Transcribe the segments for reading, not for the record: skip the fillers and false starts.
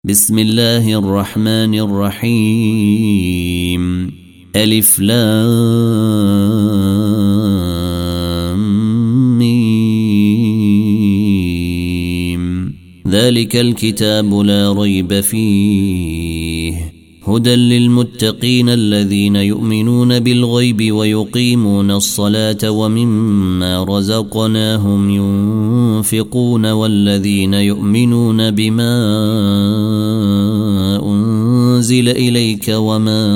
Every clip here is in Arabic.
بسم الله الرحمن الرحيم ألف لام ميم ذلك الكتاب لا ريب فيه هدى للمتقين الذين يؤمنون بالغيب ويقيمون الصلاة ومما رزقناهم ينفقون والذين يؤمنون بما أنزل إليك وما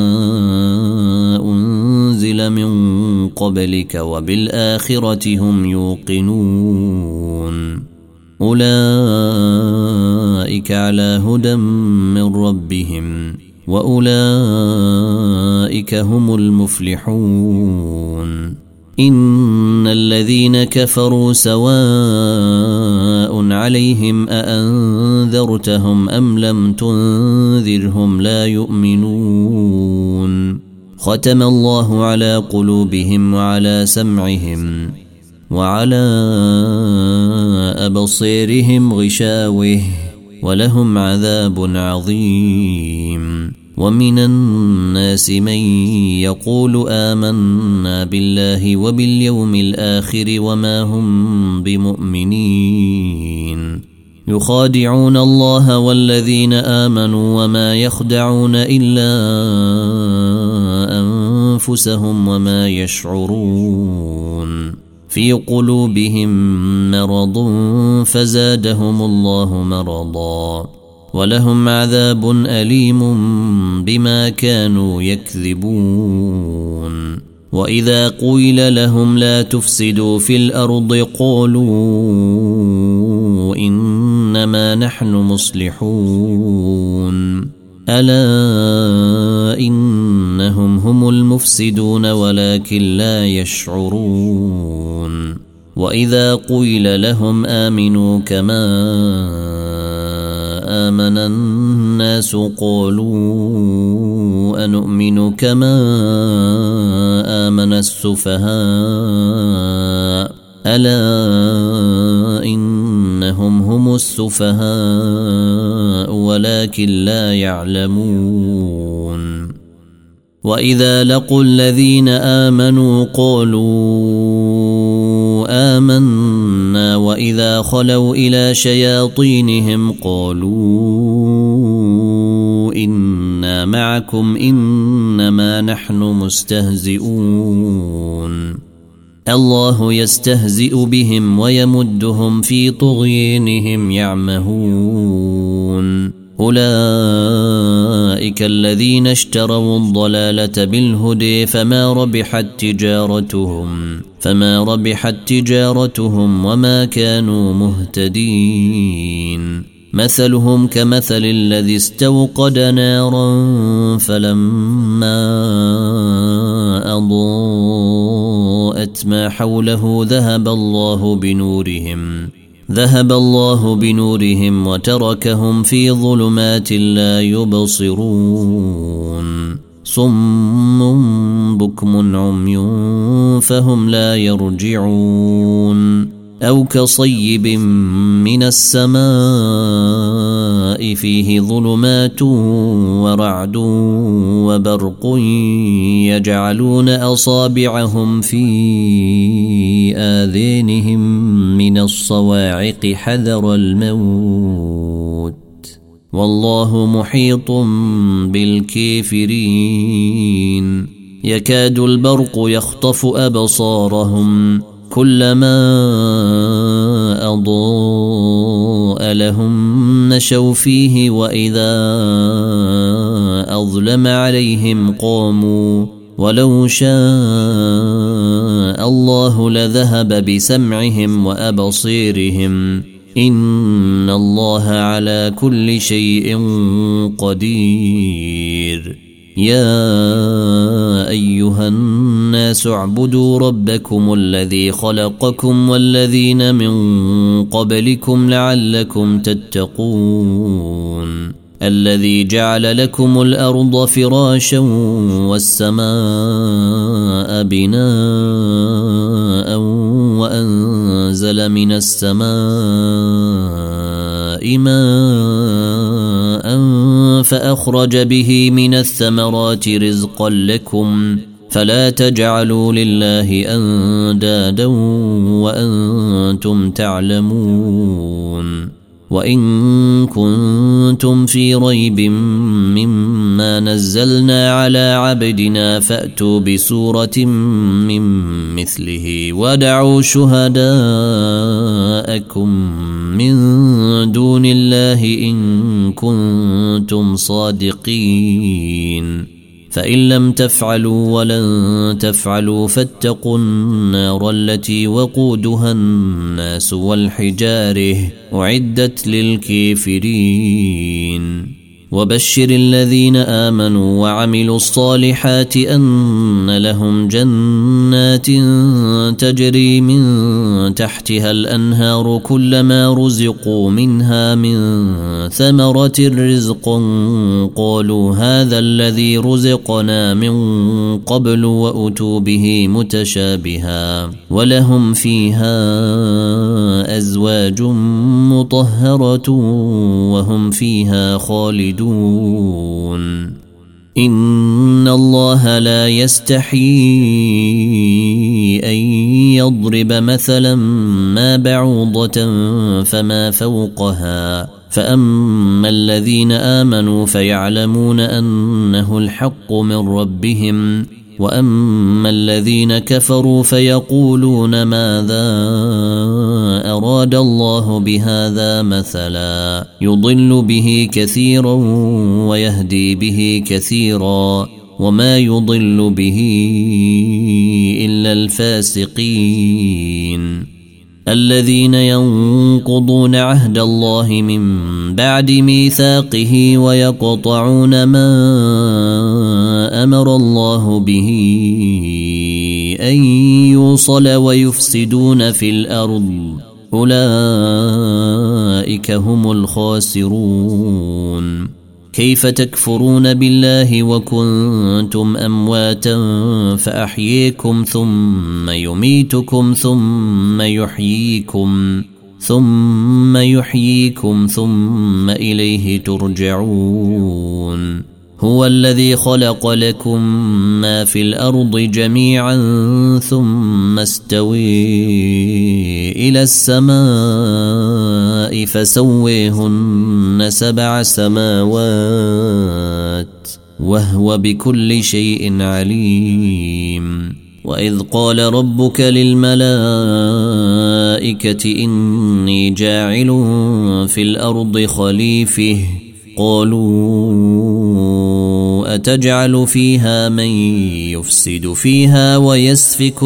أنزل من قبلك وبالآخرة هم يوقنون أولئك على هدى من ربهم وأولئك هم المفلحون إن الذين كفروا سواء عليهم أأنذرتهم أم لم تنذرهم لا يؤمنون ختم الله على قلوبهم وعلى سمعهم وعلى أبصيرهم غشاوة ولهم عذاب عظيم ومن الناس من يقول آمنا بالله وباليوم الآخر وما هم بمؤمنين يخادعون الله والذين آمنوا وما يخدعون إلا أنفسهم وما يشعرون في قلوبهم مرض فزادهم الله مرضا ولهم عذاب أليم بما كانوا يكذبون وإذا قيل لهم لا تفسدوا في الأرض قالوا إنما نحن مصلحون ألا إنهم هم المفسدون ولكن لا يشعرون وإذا قيل لهم آمنوا كما آمن الناس قالوا أنؤمن كما آمن السفهاء ألا إنهم هم السفهاء ولكن لا يعلمون وإذا لقوا الذين آمنوا قالوا آمنا وإذا خلوا إلى شياطينهم قالوا إنا معكم إنما نحن مستهزئون الله يستهزئ بهم ويمدهم في طغيانهم يعمهون أولئك الذين اشتروا الضلالة بالهدى فما ربحت تجارتهم وما كانوا مهتدين مثلهم كمثل الذي استوقد نارا فلما أضاءت ما حوله ذهب الله بنورهم وتركهم في ظلمات لا يبصرون صم بكم عمي فهم لا يرجعون أو كصيب من السماء فيه ظلمات ورعد وبرق يجعلون أصابعهم في آذانهم من الصواعق حذر الموت والله محيط بالكافرين يكاد البرق يخطف أبصارهم كلما أضاء لهم مشوا فيه وإذا أظلم عليهم قاموا ولو شاء الله لذهب بسمعهم وأبصيرهم إن الله على كل شيء قدير يا أيها الناس اعبدوا ربكم الذي خلقكم والذين من قبلكم لعلكم تتقون الذي جعل لكم الأرض فراشا والسماء بناء وأنزل من السماء ماء فأخرج به من الثمرات رزقا لكم فلا تجعلوا لله أندادا وأنتم تعلمون وإن كنتم في ريب مما نزلنا على عبدنا فأتوا بسورة من مثله وادعوا شهداءكم من دون الله إن كنتم صادقين فإن لم تفعلوا ولن تفعلوا فاتقوا النار التي وقودها الناس والحجاره أعدت للكافرين وبشر الذين آمنوا وعملوا الصالحات أن لهم جنات تجري من تحتها الأنهار كلما رزقوا منها من ثمرة رزقا قالوا هذا الذي رزقنا من قبل وأتوا به متشابها ولهم فيها أزواج مطهرة وهم فيها خالدون إن الله لا يستحيي أن يضرب مثلا ما بعوضة فما فوقها فأما الذين آمنوا فيعلمون أنه الحق من ربهم وأما الذين كفروا فيقولون ماذا أراد الله بهذا مثلا يضل به كثيرا ويهدي به كثيرا وما يضل به إلا الفاسقين الذين ينقضون عهد الله من بعد ميثاقه ويقطعون ما أمر الله به أن يوصل ويفسدون في الأرض أولئك هم الخاسرون كيف تكفرون بالله وكنتم أمواتا فأحييكم ثم يميتكم ثم يحييكم ثم إليه ترجعون هو الذي خلق لكم ما في الأرض جميعا ثم استوي إلى السماء فسويهن 7 سماوات وهو بكل شيء عليم وإذ قال ربك للملائكة إني جاعل في الأرض خليفة قالوا أتجعل فيها من يفسد فيها ويسفك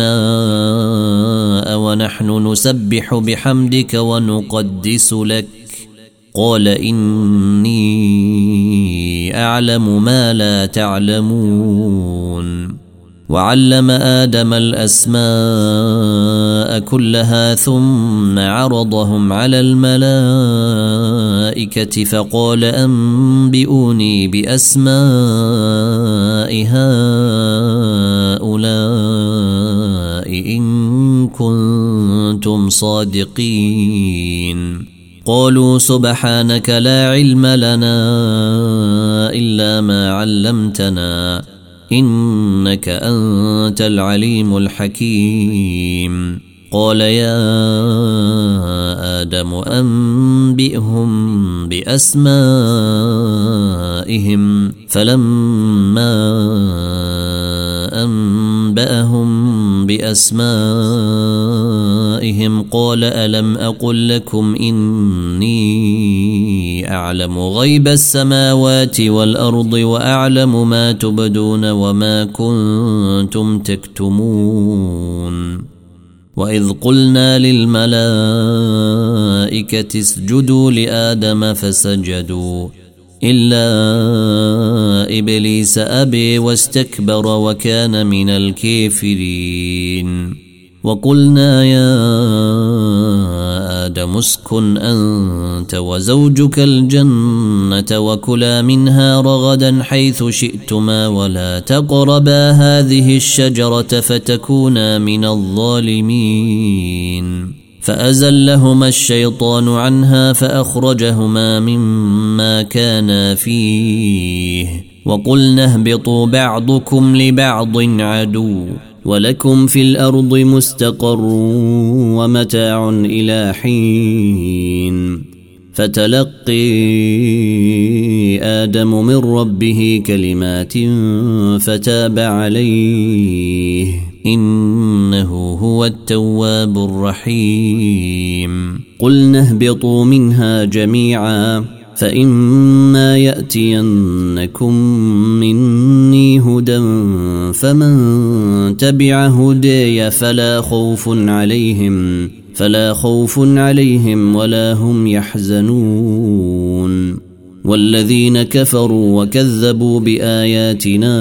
الدماء ونحن نسبح بحمدك ونقدس لك قال إني أعلم ما لا تعلمون وعلم آدم الأسماء كلها ثم عرضهم على الملائكة فقال أنبئوني بأسماء هؤلاء إن كنتم صادقين قالوا سبحانك لا علم لنا إلا ما علمتنا إنك أنت العليم الحكيم قال يا آدم أنبئهم بأسمائهم فلما أنبأهم بأسمائهم قال ألم أقل لكم إني أعلم غيب السماوات والأرض وأعلم ما تبدون وما كنتم تكتمون وإذ قلنا للملائكة اسجدوا لآدم فسجدوا إلا إبليس أبي واستكبر وكان من الكافرين وقلنا يا آدم اسكن أنت وزوجك الجنة وكلا منها رغدا حيث شئتما ولا تقربا هذه الشجرة فتكونا من الظالمين فأزلهما الشيطان عنها فأخرجهما مما كانا فيه وقلنا اهبطوا بعضكم لبعض عدو ولكم في الأرض مستقر ومتاع إلى حين فتلقي آدم من ربه كلمات فتاب عليه إنه هو التواب الرحيم قلنا اهبطوا منها جميعا فإما يأتينكم مني هدى فمن تبع هدي فلا خوف عليهم ولا هم يحزنون والذين كفروا وكذبوا بآياتنا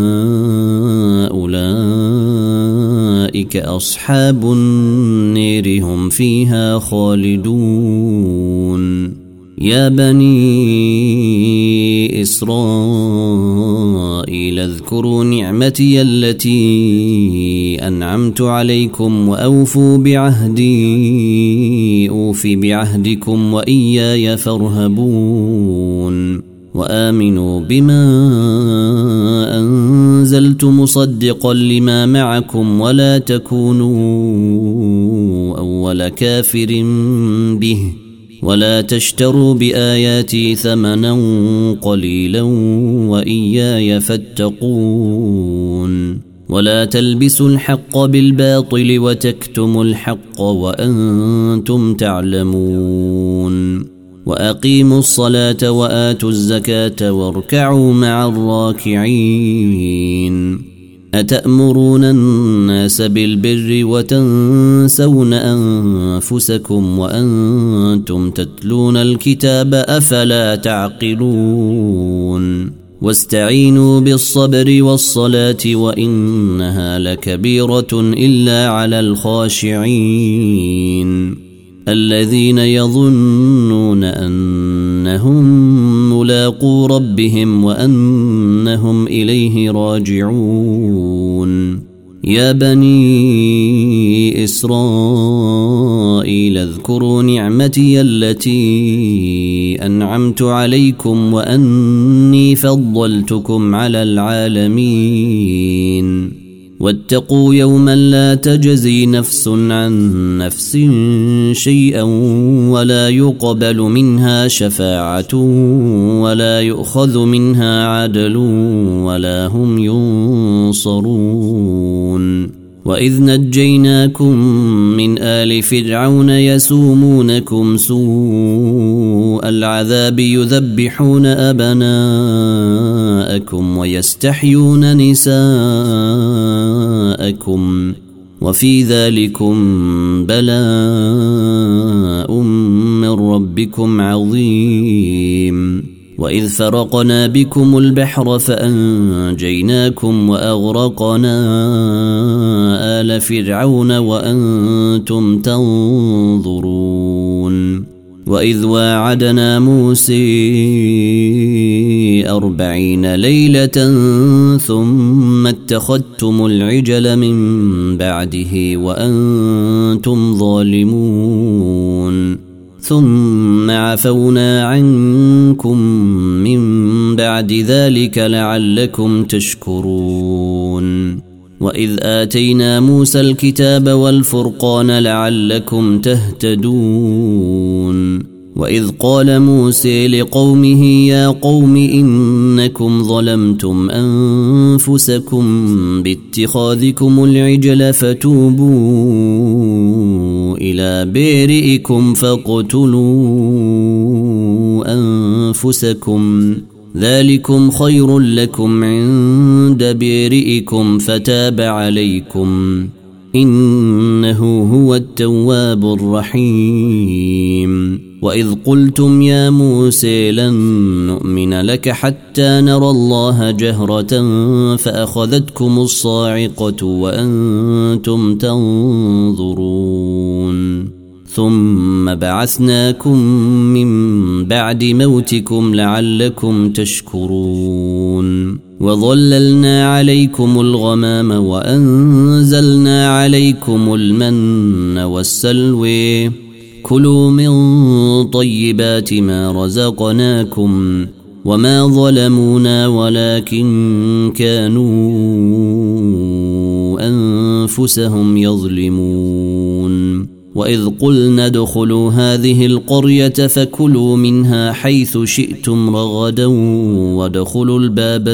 أولئك أصحاب النير هم فيها خالدون يا بني إسرائيل اذكروا نعمتي التي أنعمت عليكم وأوفوا بعهدي أوف بعهدكم وإياي فارهبون وآمنوا بما أنزلت مصدقا لما معكم ولا تكونوا أول كافر به ولا تشتروا بآياتي ثمنا قليلا وإياي فاتقون ولا تلبسوا الحق بالباطل وتكتموا الحق وأنتم تعلمون وأقيموا الصلاة وآتوا الزكاة واركعوا مع الراكعين أتأمرون الناس بالبر وتنسون أنفسكم وأنتم تتلون الكتاب أفلا تعقلون واستعينوا بالصبر والصلاة وإنها لكبيرة إلا على الخاشعين الذين يظنون أنهم ملاقو ربهم وأنهم إليه راجعون يا بني إسرائيل اذكروا نعمتي التي أنعمت عليكم وأني فضلتكم على العالمين واتقوا يوما لا تجزي نفس عن نفس شيئا ولا يقبل منها شفاعة ولا يؤخذ منها عدل ولا هم ينصرون وإذ نجيناكم من آل فرعون يسومونكم سوء العذاب يذبحون أبناءكم ويستحيون نساءكم وفي ذلكم بلاء من ربكم عظيم وإذ فرقنا بكم البحر فأنجيناكم وأغرقنا آل فرعون وأنتم تنظرون وإذ واعدنا موسى 40 ليلة ثم اتخذتم العجل من بعده وأنتم ظالمون ثم عفونا عنكم من بعد ذلك لعلكم تشكرون وإذ آتينا موسى الكتاب والفرقان لعلكم تهتدون وإذ قال موسى لقومه يا قوم إنكم ظلمتم أنفسكم باتخاذكم العجل فتوبوا إلى بارئكم فاقتلوا أنفسكم ذلكم خير لكم عند بارئكم فتاب عليكم إنه هو التواب الرحيم وإذ قلتم يا موسى لن نؤمن لك حتى نرى الله جهرة فأخذتكم الصاعقة وأنتم تنظرون ثم بعثناكم من بعد موتكم لعلكم تشكرون وظللنا عليكم الغمام وأنزلنا عليكم المن والسلوى كلوا من طيبات ما رزقناكم وما ظلمونا ولكن كانوا أنفسهم يظلمون وإذ قلنا ادخلوا هذه القرية فكلوا منها حيث شئتم رغدا وادخلوا الباب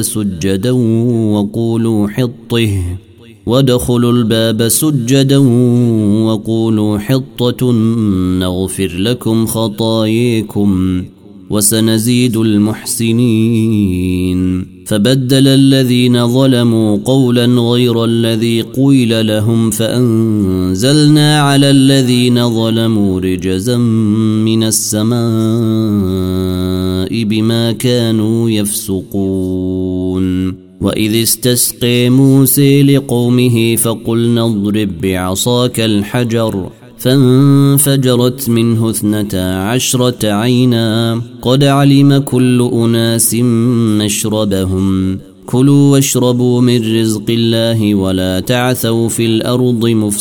سجدا وقولوا حطة نغفر لكم خطاياكم وسنزيد المحسنين فبدل الذين ظلموا قولا غير الذي قيل لهم فأنزلنا على الذين ظلموا رجزا من السماء بما كانوا يفسقون وإذ استسقى موسى لقومه فقلنا اضرب بعصاك الحجر فانفجرت منه 12 عينا قد علم كل أناس مشربهم كلوا واشربوا من رزق الله ولا تعثوا في الأرض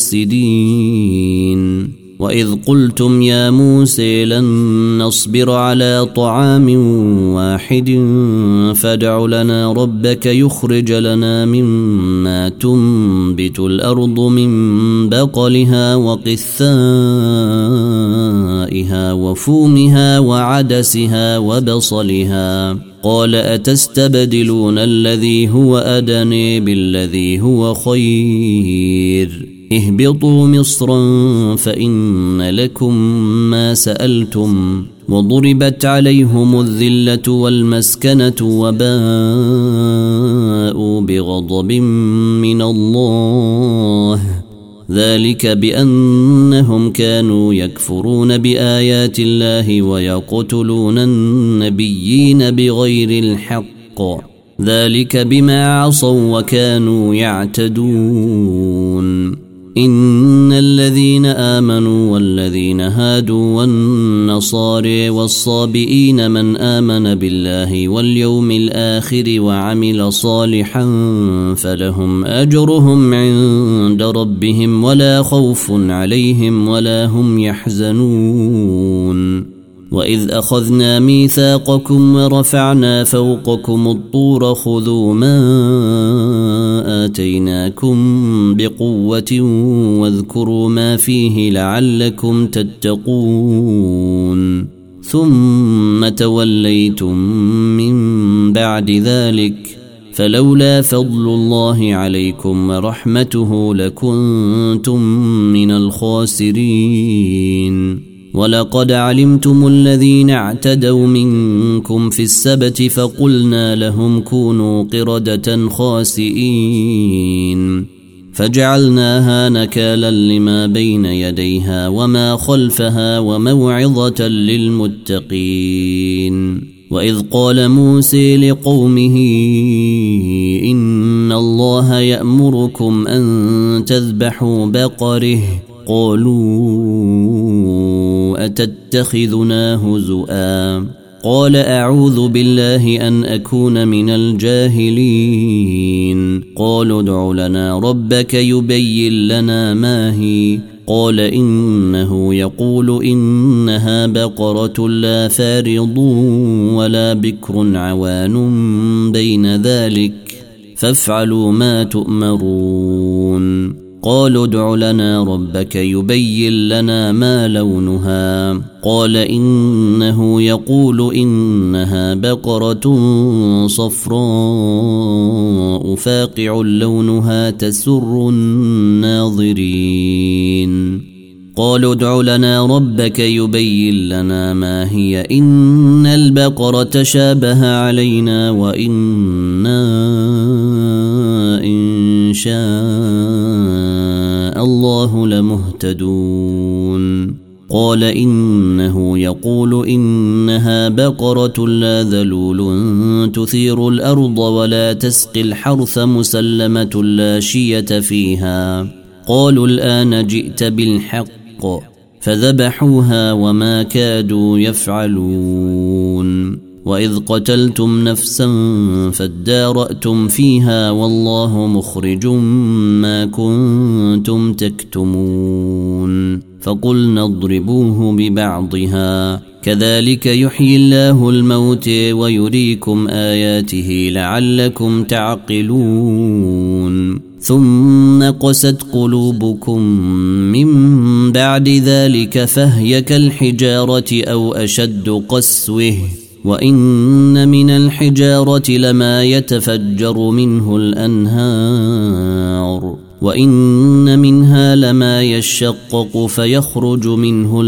مفسدين وإذ قلتم يا موسى لن نصبر على طعام واحد فادع لنا ربك يخرج لنا مما تنبت الأرض من بقلها وقثائها وفومها وعدسها وبصلها قال أتستبدلون الذي هو أدنى بالذي هو خير اهبطوا مصرا فإن لكم ما سألتم وضربت عليهم الذلة والمسكنة وباءوا بغضب من الله ذلك بأنهم كانوا يكفرون بآيات الله ويقتلون النبيين بغير الحق ذلك بما عصوا وكانوا يعتدون إن الذين آمنوا والذين هادوا والنصارى والصابئين من آمن بالله واليوم الآخر وعمل صالحا فلهم أجرهم عند ربهم ولا خوف عليهم ولا هم يحزنون وإذ أخذنا ميثاقكم ورفعنا فوقكم الطور خذوا ما آتيناكم بقوة واذكروا ما فيه لعلكم تتقون ثم توليتم من بعد ذلك فلولا فضل الله عليكم ورحمته لكنتم من الخاسرين ولقد علمتم الذين اعتدوا منكم في السبت فقلنا لهم كونوا قردة خاسئين فجعلناها نكالا لما بين يديها وما خلفها وموعظة للمتقين وإذ قال موسى لقومه إن الله يأمركم أن تذبحوا بقره قالوا أتتخذنا هزؤا قال أعوذ بالله أن أكون من الجاهلين قالوا ادع لنا ربك يبين لنا ما هي قال إنه يقول إنها بقرة لا فارض ولا بكر عوان بين ذلك فافعلوا ما تؤمرون قالوا ادع لنا ربك يبين لنا ما لونها قال إنه يقول إنها بقرة صفراء فاقع لونها تسر الناظرين قالوا ادع لنا ربك يبين لنا ما هي إن البقرة شابه علينا وإنا إن شاء الله لمهتدون قال إنه يقول إنها بقرة لا ذلول تثير الأرض ولا تسقي الحرث مسلمة لا شية فيها قالوا الآن جئت بالحق فذبحوها وما كادوا يفعلون وإذ قتلتم نفسا فادارأتم فيها والله مخرج ما كنتم تكتمون فقلنا اضربوه ببعضها كذلك يحيي الله الموت ويريكم آياته لعلكم تعقلون ثم قست قلوبكم من بعد ذلك فهي كالحجارة أو أشد قسوة وإن من الحجارة لما يتفجر منه الأنهار وإن منها لما يشقق فيخرج منه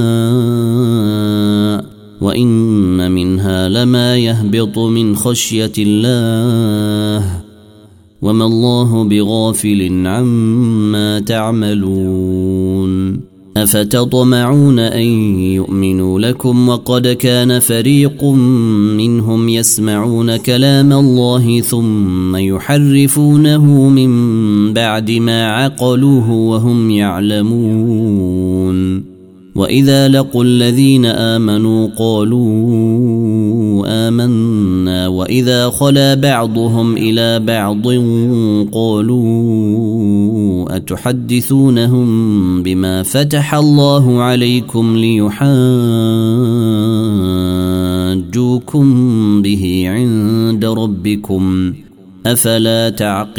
الماء وإن منها لما يهبط من خشية الله وما الله بغافل عما تعملون أفتطمعون أن يؤمنوا لكم وقد كان فريق منهم يسمعون كلام الله ثم يحرفونه من بعد ما عقلوه وهم يعلمون وإذا لقوا الذين آمنوا قالوا آمنا وإذا خلا بعضهم إلى بعض قالوا أتحدثونهم بما فتح الله عليكم ليحاجوكم به عند ربكم أفلا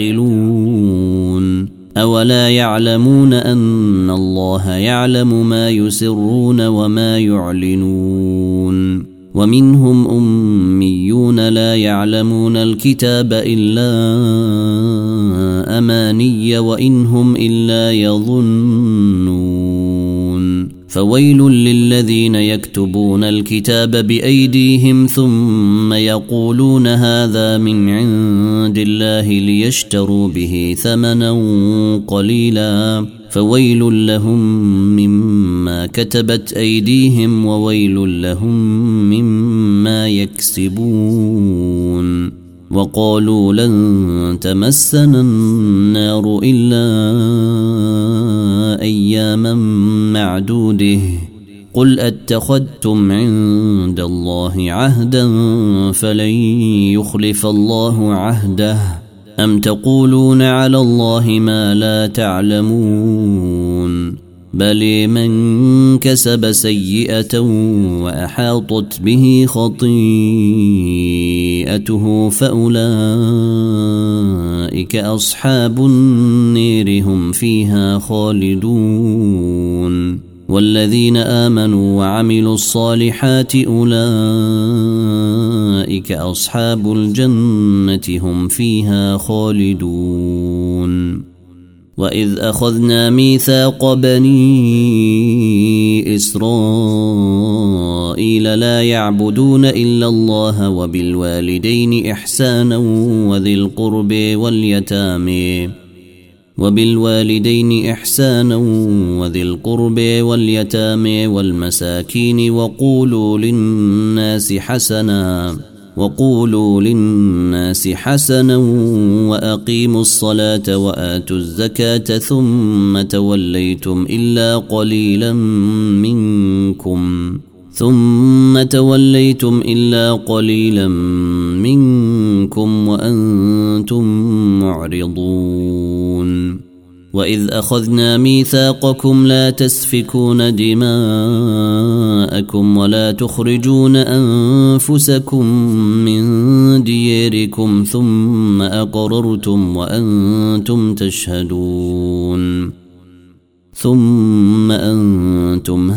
تعقلون أولا يعلمون أن الله يعلم ما يسرون وما يعلنون ومنهم أميون لا يعلمون الكتاب إلا أماني وإن هم إلا يظنون فويل للذين يكتبون الكتاب بأيديهم ثم يقولون هذا من عند الله ليشتروا به ثمنا قليلا فويل لهم مما كتبت أيديهم وويل لهم مما يكسبون وقالوا لن تمسنا النار إلا أياما معدوده قل أتخذتم عند الله عهدا فلن يخلف الله عهده أم تقولون على الله ما لا تعلمون بل من كسب سيئة وأحاطت به خطيئته فأولئك أصحاب النير هم فيها خالدون والذين آمنوا وعملوا الصالحات أولئك أصحاب الجنة هم فيها خالدون وإذ أخذنا ميثاق بني إسرائيل لا يعبدون إلا الله وبالوالدين إحسانا وذي القرب واليتامى والمساكين وقولوا للناس حسنا وأقيموا الصلاة وآتوا الزكاة ثم توليتم إلا قليلا منكم وأنتم معرضون وإذ أخذنا ميثاقكم لا تسفكون دماءكم ولا تخرجون أنفسكم من دياركم ثم أقررتم وأنتم تشهدون ثم أنتم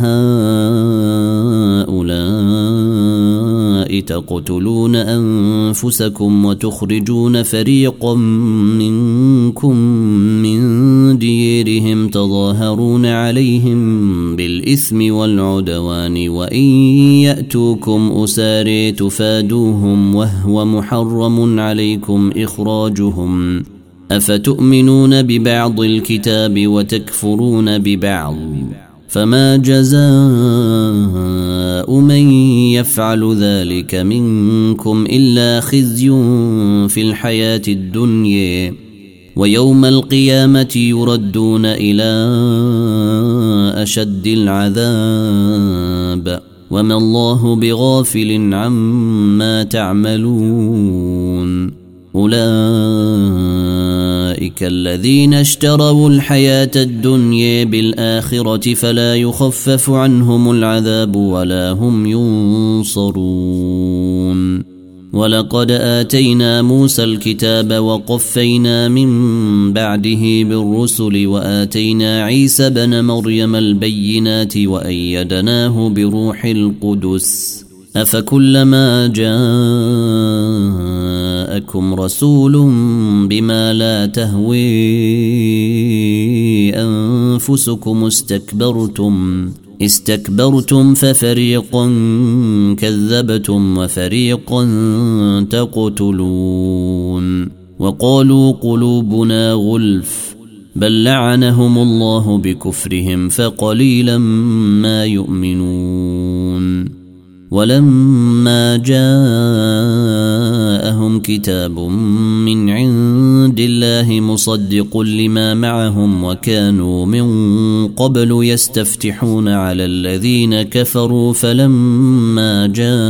هؤلاء تقتلون أنفسكم وتخرجون فريقا منكم من ديارهم تظاهرون عليهم بالإثم والعدوان وإن يأتوكم أساري تفادوهم وهو محرم عليكم إخراجهم أفتؤمنون ببعض الكتاب وتكفرون ببعض فما جزاء من يفعل ذلك منكم إلا خزي في الحياة الدنيا ويوم القيامة يردون إلى أشد العذاب وما الله بغافل عما تعملون أولئك الذين اشتروا الحياة الدنيا بالآخرة فلا يخفف عنهم العذاب ولا هم ينصرون ولقد آتينا موسى الكتاب وقفينا من بعده بالرسل وآتينا عيسى بن مريم البينات وأيدناه بروح القدس أفكلما جاءكم رسول بما لا تهوي أنفسكم استكبرتم ففريقا كذبتم وفريقا تقتلون وقالوا قلوبنا غلف بل لعنهم الله بكفرهم فقليلا ما يؤمنون ولما جاءهم كتاب من عند الله مصدق لما معهم وكانوا من قبل يستفتحون على الذين كفروا فلما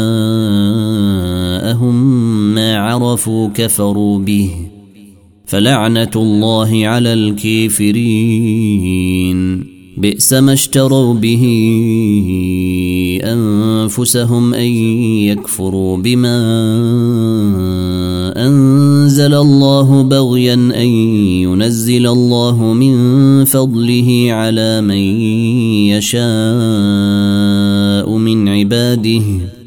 جاءهم ما عرفوا كفروا به فلعنة الله على الكافرين بئس ما اشتروا به أنفسهم أن يكفروا بما أنزل الله بغيا أن ينزل الله من فضله على من يشاء من عباده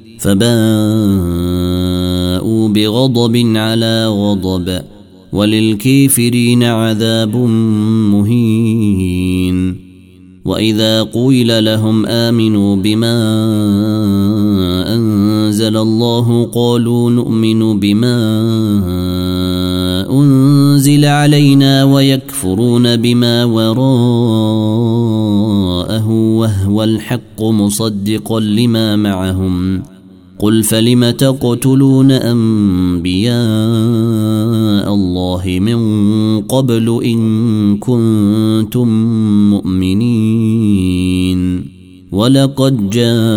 فباءوا بغضب على غضب وللكافرين عذاب مهين وإذا قيل لهم آمنوا بما أنزل الله قالوا نؤمن بما أنزل علينا ويكفرون بما وراءه وهو الحق مصدقا لما معهم قل فلم تقتلون أنبياء الله من قبل إن كنتم مؤمنين ولقد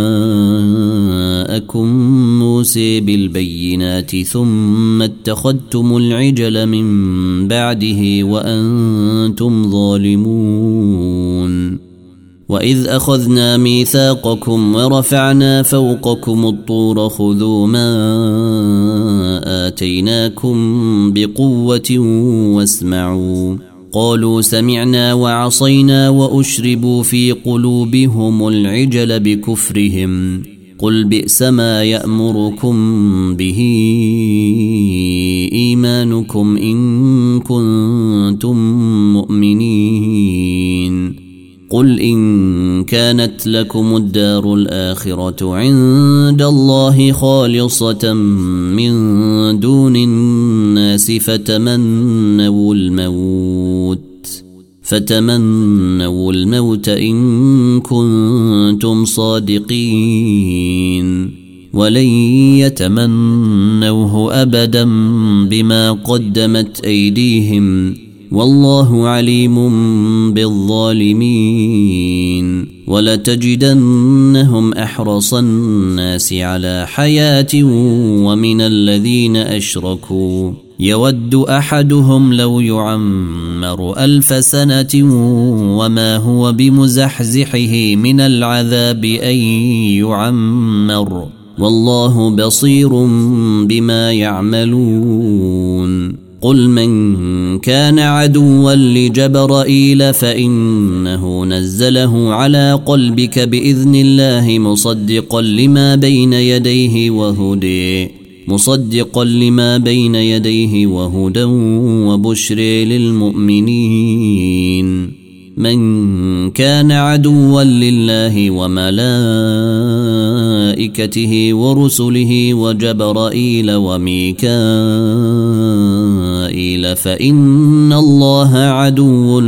جاءكم موسى بالبينات ثم اتخذتم العجل من بعده وأنتم ظالمون وإذ أخذنا ميثاقكم ورفعنا فوقكم الطور خذوا ما آتيناكم بقوة واسمعوا قالوا سمعنا وعصينا وأشربوا في قلوبهم العجل بكفرهم قل بئس ما يأمركم به إيمانكم إن كنتم مؤمنين قل إن كانت لكم الدار الآخرة عند الله خالصة من دون الناس فتمنوا الموت إن كنتم صادقين ولن يتمنوه أبدا بما قدمت أيديهم والله عليم بالظالمين ولتجدنهم أحرص الناس على حياة ومن الذين أشركوا يود أحدهم لو يعمر 1000 سنة وما هو بمزحزحه من العذاب أن يعمر والله بصير بما يعملون قل من كان عدوا لجبرائيل فإنه نزله على قلبك بإذن الله مصدقا لما بين يديه وهدى وبشر للمؤمنين من كان عدوا لله وملائكته ورسله وجبرائيل وميكائيل فإن الله عدو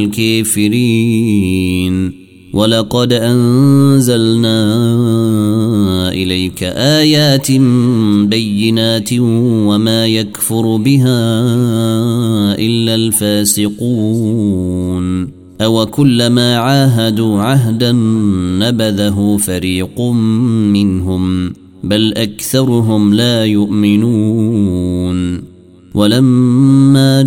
للكافرين ولقد أنزلنا إليك آيات بينات وما يكفر بها إلا الفاسقون أو كلما عاهدوا عهدا نبذه فريق منهم بل أكثرهم لا يؤمنون ولما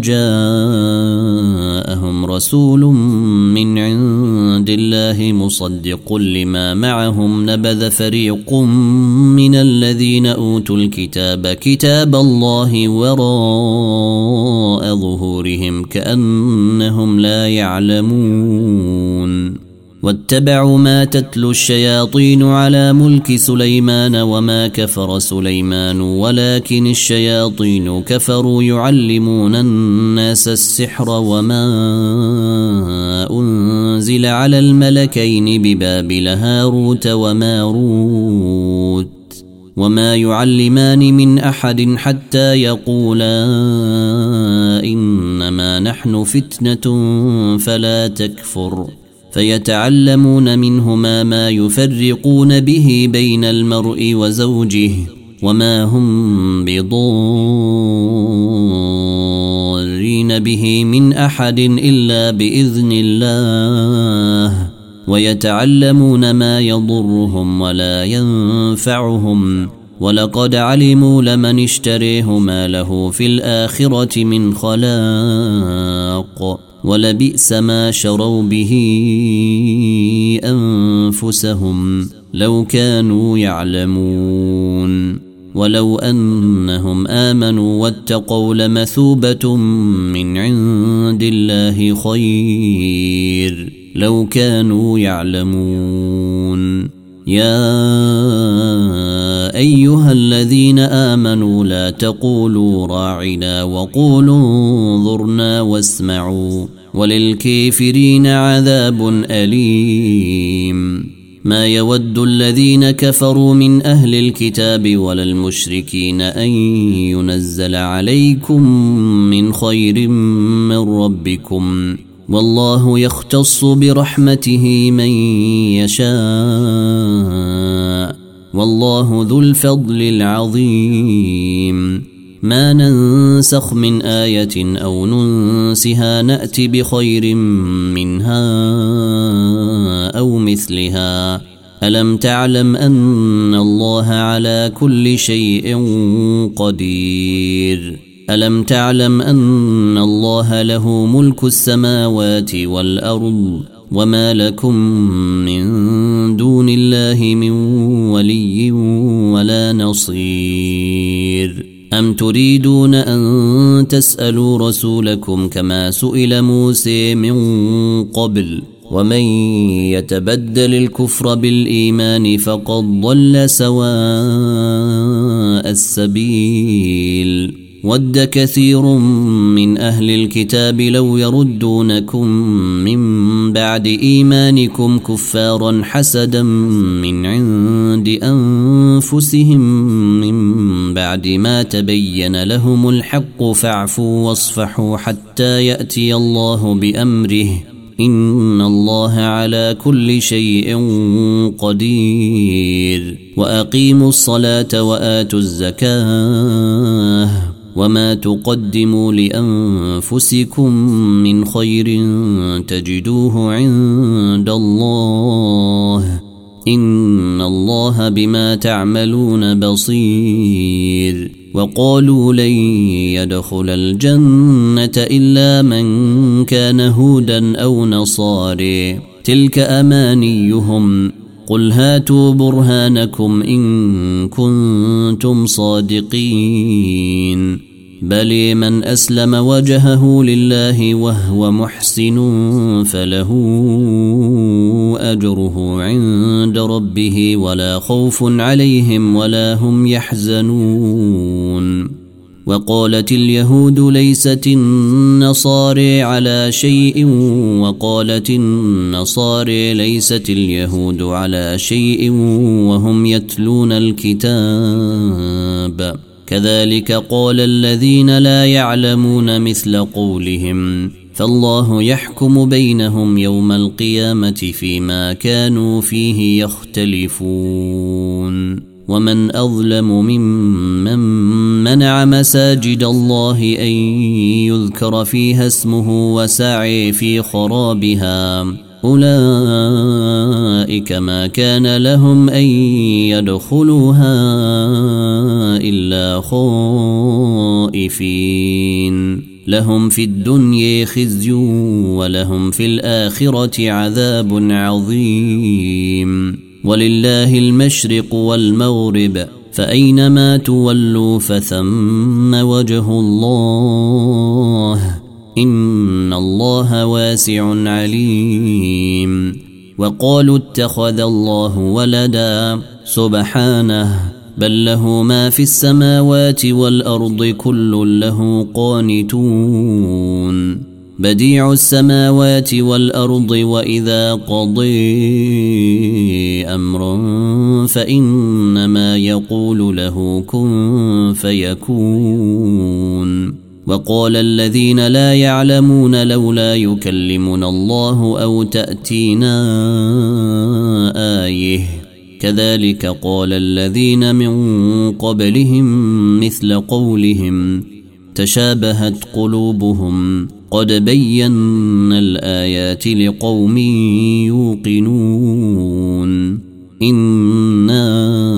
جاءهم رسول من عند الله مصدق لما معهم نبذ فريق من الذين أوتوا الكتاب كتاب الله وراء ظهورهم كأنهم لا يعلمون واتبعوا ما تتلو الشياطين على ملك سليمان وما كفر سليمان ولكن الشياطين كفروا يعلمون الناس السحر وما أنزل على الملكين ببابل هاروت وماروت وما يعلمان من أحد حتى يقولا إنما نحن فتنة فلا تكفر فيتعلمون منهما ما يفرقون به بين المرء وزوجه وما هم بضارين به من أحد إلا بإذن الله ويتعلمون ما يضرهم ولا ينفعهم ولقد علموا لمن اشتريه ما له في الآخرة من خلاق ولبئس ما شروا به أنفسهم لو كانوا يعلمون ولو أنهم آمنوا واتقوا لمثوبة من عند الله خير لو كانوا يعلمون يا أيها الذين آمنوا لا تقولوا راعنا وقولوا انظرنا واسمعوا وللكافرين عذاب أليم ما يود الذين كفروا من أهل الكتاب ولا المشركين أن ينزل عليكم من خير من ربكم والله يختص برحمته من يشاء والله ذو الفضل العظيم ما ننسخ من آية أو ننسها نأتي بخير منها أو مثلها ألم تعلم أن الله على كل شيء قدير ألم تعلم أن الله له ملك السماوات والأرض وما لكم من دون الله من ولي ولا نصير أم تريدون أن تسألوا رسولكم كما سئل موسى من قبل ومن يتبدل الكفر بالإيمان فقد ضل سواء السبيل ود كثير من أهل الكتاب لو يردونكم من بعد إيمانكم كفارا حسدا من عند أنفسهم من بعد ما تبين لهم الحق فاعفوا واصفحوا حتى يأتي الله بأمره إن الله على كل شيء قدير وأقيموا الصلاة وآتوا الزكاة وما تقدموا لأنفسكم من خير تجدوه عند الله إن الله بما تعملون بصير وقالوا لن يدخل الجنة إلا من كان هودا أو نصاري تلك أمانيهم قل هاتوا برهانكم إن كنتم صادقين بل من أسلم وجهه لله وهو محسن فله أجره عند ربه ولا خوف عليهم ولا هم يحزنون وقالت اليهود ليست النصارى على شيء وقالت النصارى ليست اليهود على شيء وهم يتلون الكتاب كذلك قال الذين لا يعلمون مثل قولهم فالله يحكم بينهم يوم القيامة فيما كانوا فيه يختلفون ومن أظلم ممن منع مساجد الله أن يذكر فيها اسمه وسعي في خرابها أولئك ما كان لهم أن يدخلوها إلا خائفين لهم في الدنيا خزي ولهم في الآخرة عذاب عظيم ولله المشرق والمغرب فأينما تولوا فثم وجه الله إن الله واسع عليم وقالوا اتخذ الله ولدا سبحانه بل له ما في السماوات والأرض كل له قانتون بديع السماوات والأرض وإذا قضي أمرا فإنما يقول له كن فيكون وقال الذين لا يعلمون لولا يكلمنا الله أو تأتينا آية كذلك قال الذين من قبلهم مثل قولهم تشابهت قلوبهم قد بينا الآيات لقوم يوقنون إنا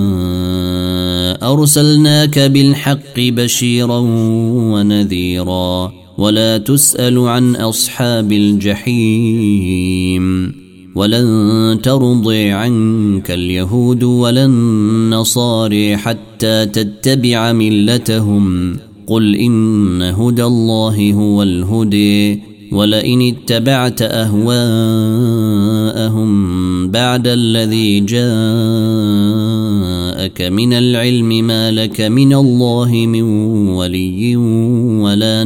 أرسلناك بالحق بشيرا ونذيرا ولا تسأل عن أصحاب الجحيم ولن ترضي عنك اليهود ولا النصارى حتى تتبع ملتهم قل إن هدى الله هو الهدي ولئن اتبعت أهواءهم بعد الذي جاءك من العلم ما لك من الله من ولي ولا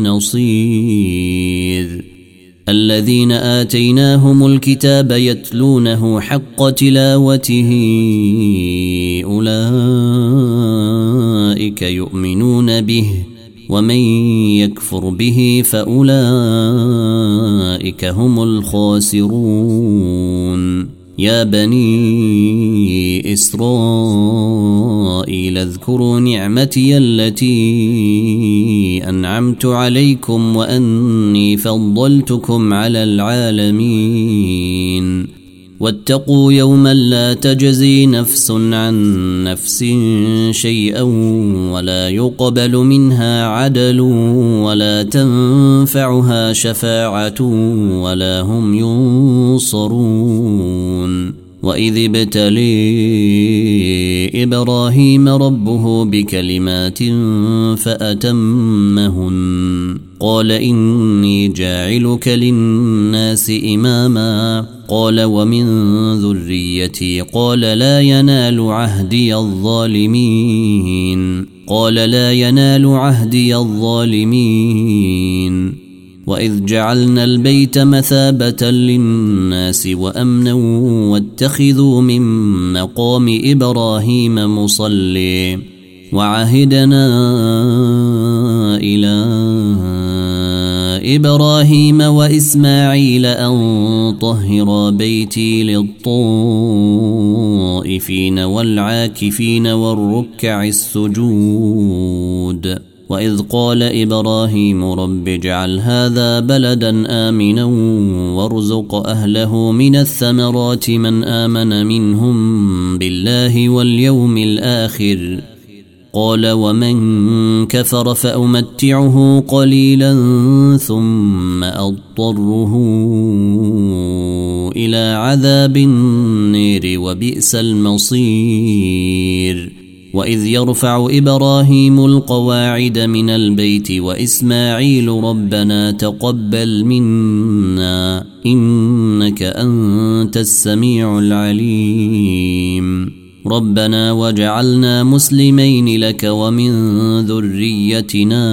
نصير الذين آتيناهم الكتاب يتلونه حق تلاوته أولئك يؤمنون به ومن يكفر به فأولئك هم الخاسرون يا بني إسرائيل اذكروا نعمتي التي أنعمت عليكم وأني فضلتكم على العالمين واتقوا يوما لا تجزي نفس عن نفس شيئا ولا يقبل منها عدل ولا تنفعها شفاعة ولا هم ينصرون وإذ ابتلي إبراهيم ربه بكلمات فأتمهن قال إني جاعلك للناس إماما قال ومن ذريتي قال لا ينال عهدي الظالمين قال لا ينال عهدي الظالمين وإذ جعلنا البيت مثابة للناس وأمنا واتخذوا من مقام إبراهيم مصلي وعهدنا إلى إبراهيم وإسماعيل أن طهرا بيتي للطائفين والعاكفين والركع السجود وإذ قال إبراهيم رب اجعل هذا بلدا آمنا وارزق أهله من الثمرات من آمن منهم بالله واليوم الآخر قال ومن كفر فأمتعه قليلا ثم أضطره إلى عذاب النير وبئس المصير وإذ يرفع إبراهيم القواعد من البيت وإسماعيل ربنا تقبل منا إنك أنت السميع العليم ربنا واجعلنا مسلمين لك ومن ذريتنا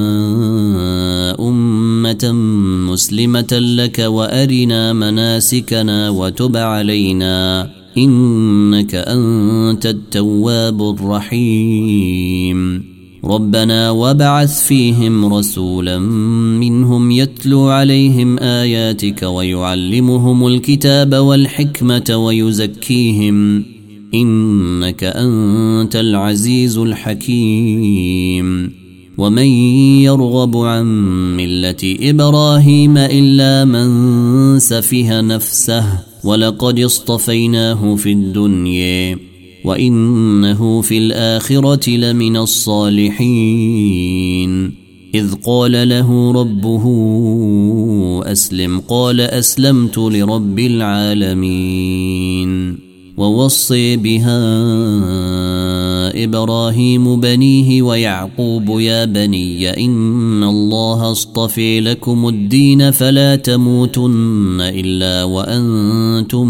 أمة مسلمة لك وأرنا مناسكنا وتب علينا إنك أنت التواب الرحيم ربنا وابعث فيهم رسولا منهم يتلو عليهم آياتك ويعلمهم الكتاب والحكمة إنك أنت العزيز الحكيم ومن يرغب عن ملة إبراهيم إلا من سفه نفسه ولقد اصطفيناه في الدنيا وإنه في الآخرة لمن الصالحين إذ قال له ربه أسلم قال أسلمت لرب العالمين ووصي بها إبراهيم بنيه ويعقوب يا بني إن الله اصطفى لكم الدين فلا تموتن إلا وأنتم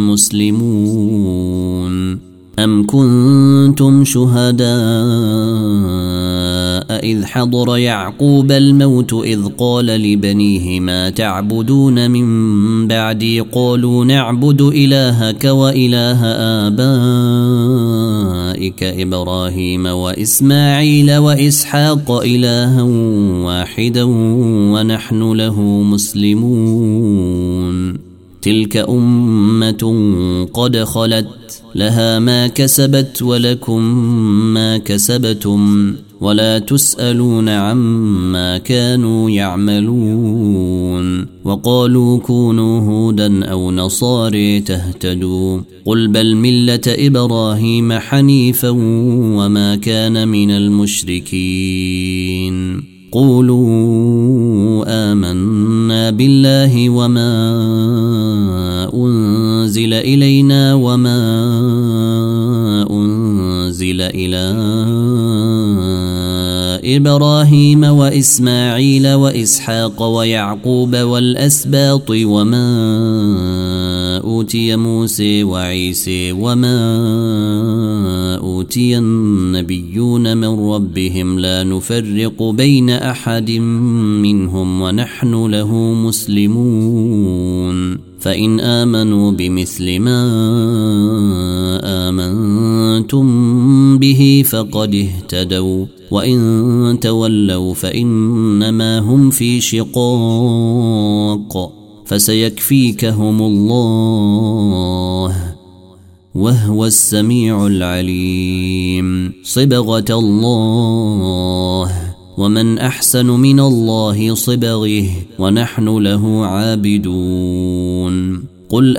مسلمون أم كنتم شهداء إذ حضر يعقوب الموت إذ قال لبنيه ما تعبدون من بعدي قالوا نعبد إلهك وإله آبائك إبراهيم وإسماعيل وإسحاق إلها واحدا ونحن له مسلمون تلك أمة قد خلت لها ما كسبت ولكم ما كسبتم ولا تسألون عما كانوا يعملون وقالوا كونوا هودا أو نصارى تهتدوا قل بل ملة إبراهيم حنيفا وما كان من المشركين قولوا آمنا بالله وما أنزل إلينا وما أنزل إلى إبراهيم وإسماعيل وإسحاق ويعقوب والأسباط وما أوتي موسى وعيسى وما أوتي النبيون من ربهم لا نفرق بين أحد منهم ونحن له مسلمون فإن آمنوا بمثل ما آمنتم به فقد اهتدوا وإن تولوا فإنما هم في شقاق فسيكفيكهم الله وهو السميع العليم صبغة الله ومن أحسن من الله صبغه ونحن له عابدون قل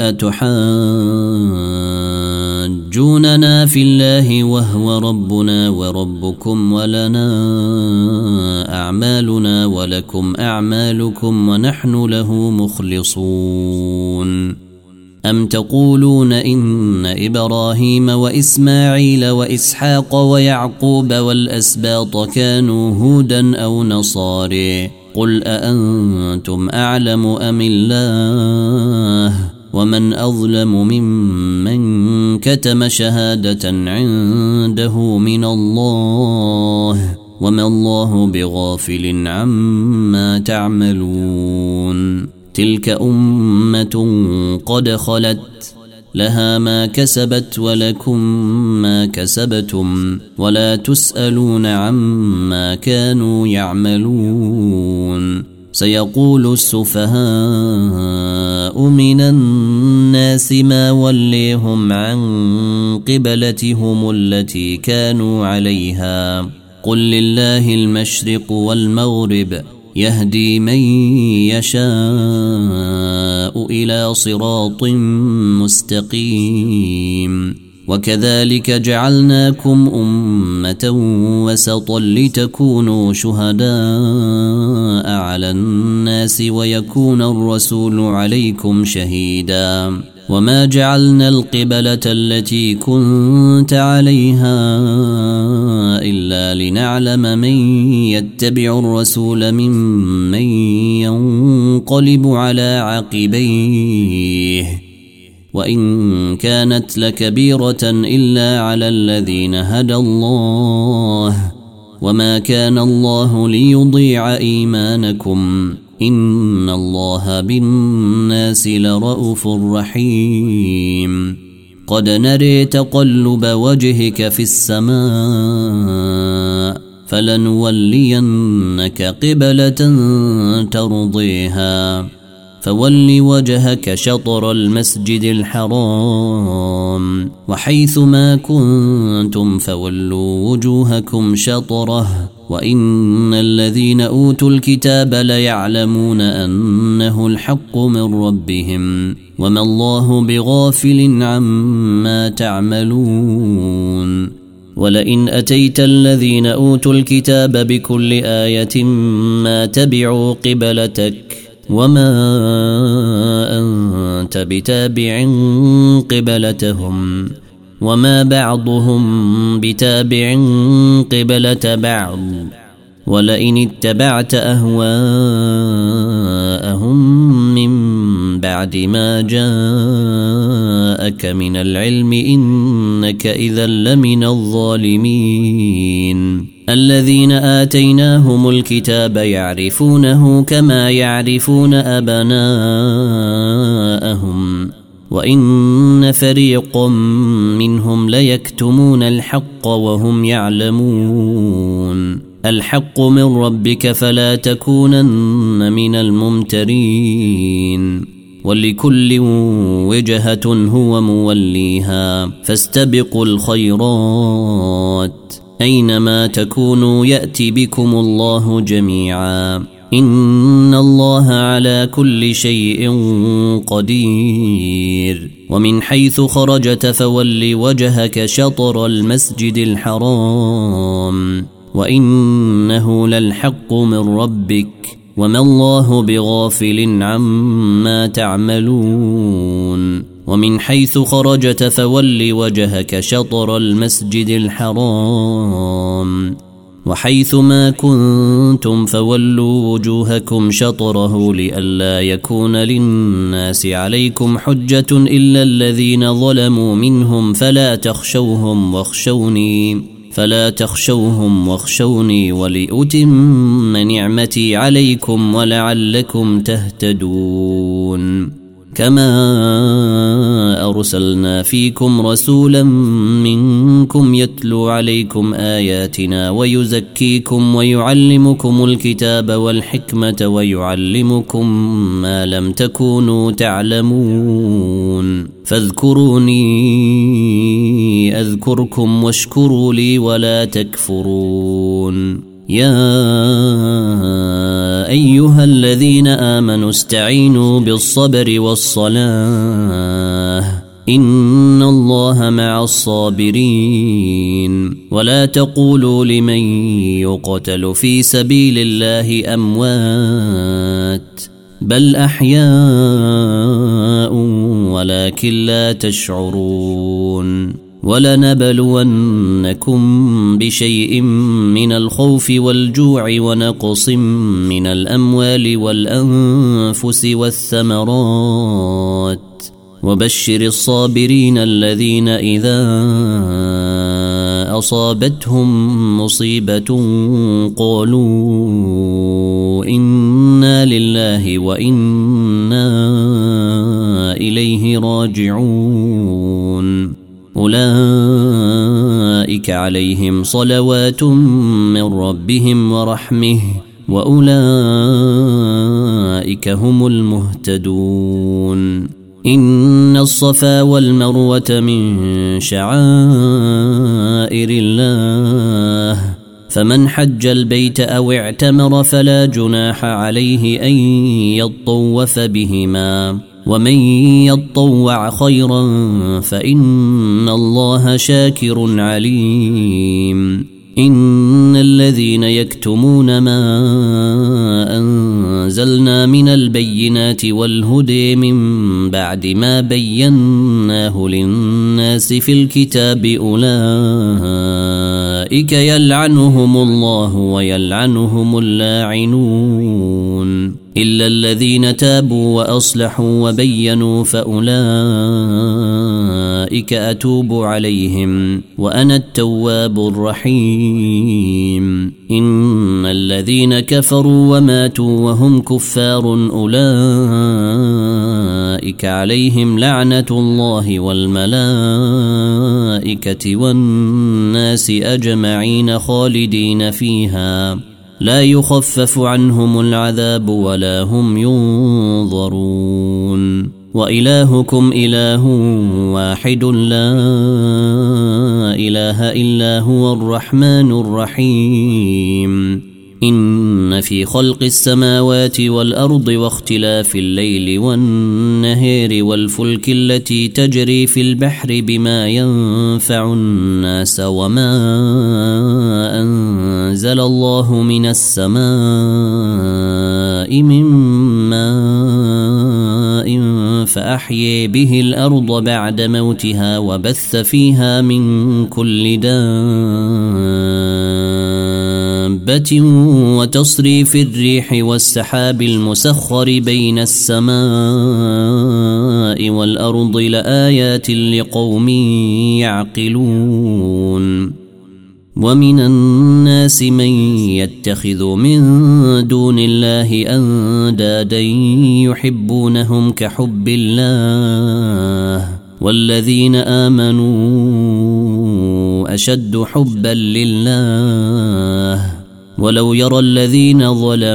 أتحاجوننا في الله وهو ربنا وربكم ولنا أعمالنا ولكم أعمالكم ونحن له مخلصون أم تقولون إن إبراهيم وإسماعيل وإسحاق ويعقوب والأسباط كانوا هودا أو نصارى قل أأنتم أعلم أم الله ومن أظلم ممن كتم شهادة عنده من الله وما الله بغافل عما تعملون تلك أمة قد خلت لها ما كسبت ولكم ما كسبتم ولا تسألون عما كانوا يعملون سيقول السفهاء من الناس ما وليهم عن قبلتهم التي كانوا عليها قل لله المشرق والمغرب يهدي من يشاء إلى صراط مستقيم وكذلك جعلناكم أمة وسطا لتكونوا شهداء على الناس ويكون الرسول عليكم شهيدا وما جعلنا القبلة التي كنت عليها إلا لنعلم من يتبع الرسول ممن ينقلب على عقبيه وإن كانت لكبيرة إلا على الذين هدى الله وما كان الله ليضيع إيمانكم إن الله بالناس لرءوف رحيم قد نري تقلب وجهك في السماء فلنولينك قبلة ترضيها فول وجهك شطر المسجد الحرام وحيث ما كنتم فولوا وجوهكم شطره وإن الذين أوتوا الكتاب ليعلمون أنه الحق من ربهم وما الله بغافل عما تعملون ولئن أتيت الذين أوتوا الكتاب بكل آية ما تبعوا قبلتك وما أنت بتابع قبلتهم وما بعضهم بتابع قبلة بعض ولئن اتبعت أهواءهم من بعد ما جاءك من العلم إنك إذا لمن الظالمين الذين آتيناهم الكتاب يعرفونه كما يعرفون أبناءهم وإن فريقا منهم ليكتمون الحق وهم يعلمون الحق من ربك فلا تكونن من الممترين ولكل وجهة هو موليها فاستبقوا الخيرات أينما تكونوا يأتي بكم الله جميعا إن الله على كل شيء قدير ومن حيث خرجت فول وجهك شطر المسجد الحرام وإنه للحق من ربك وما الله بغافل عما تعملون ومن حيث خرجت فول وجهك شطر المسجد الحرام وحيث ما كنتم فولوا وجوهكم شطره لئلا يكون للناس عليكم حجة إلا الذين ظلموا منهم فلا تخشوهم واخشوني ولأتم نعمتي عليكم ولعلكم تهتدون كما أرسلنا فيكم رسولا منكم يتلو عليكم آياتنا ويزكيكم ويعلمكم الكتاب والحكمة ويعلمكم ما لم تكونوا تعلمون فاذكروني أذكركم واشكروا لي ولا تكفرون يا أيها الذين آمنوا استعينوا بالصبر والصلاة إن الله مع الصابرين ولا تقولوا لمن يقتل في سبيل الله أموات بل أحياء ولكن لا تشعرون ولنبلونكم بشيء من الخوف والجوع ونقص من الأموال والأنفس والثمرات وبشر الصابرين الذين إذا أصابتهم مصيبة قالوا إنا لله وإنا إليه راجعون أولئك عليهم صلوات من ربهم ورحمه وأولئك هم المهتدون إن الصفا والمروة من شعائر الله فمن حج البيت أو اعتمر فلا جناح عليه أن يطوف بهما ومن يطوع خيرا فإن الله شاكر عليم إن الذين يكتمون ما أنزلنا من البينات والهدى من بعد ما بيناه للناس في الكتاب أولئك يلعنهم الله ويلعنهم اللاعنون إلا الذين تابوا وأصلحوا وبينوا فأولئك أتوب عليهم وأنا التواب الرحيم إن الذين كفروا وماتوا وهم كفار أولئك عليهم لعنة الله والملائكة والناس أجمعين خالدين فيها لا يخفف عنهم العذاب ولا هم ينظرون وإلهكم إله واحد لا إله إلا هو الرحمن الرحيم إن في خلق السماوات والأرض واختلاف الليل والنهار والفلك التي تجري في البحر بما ينفع الناس وما أنزل الله من السماء من ماء فأحيي به الأرض بعد موتها وبث فيها من كل دابة وتصريف الريح والسحاب المسخر بين السماء والأرض لآيات لقوم يعقلون ومن الناس من يتخذ من دون الله أندادا يحبونهم كحب الله والذين آمنوا أشد حبا لله ولو يرى الذين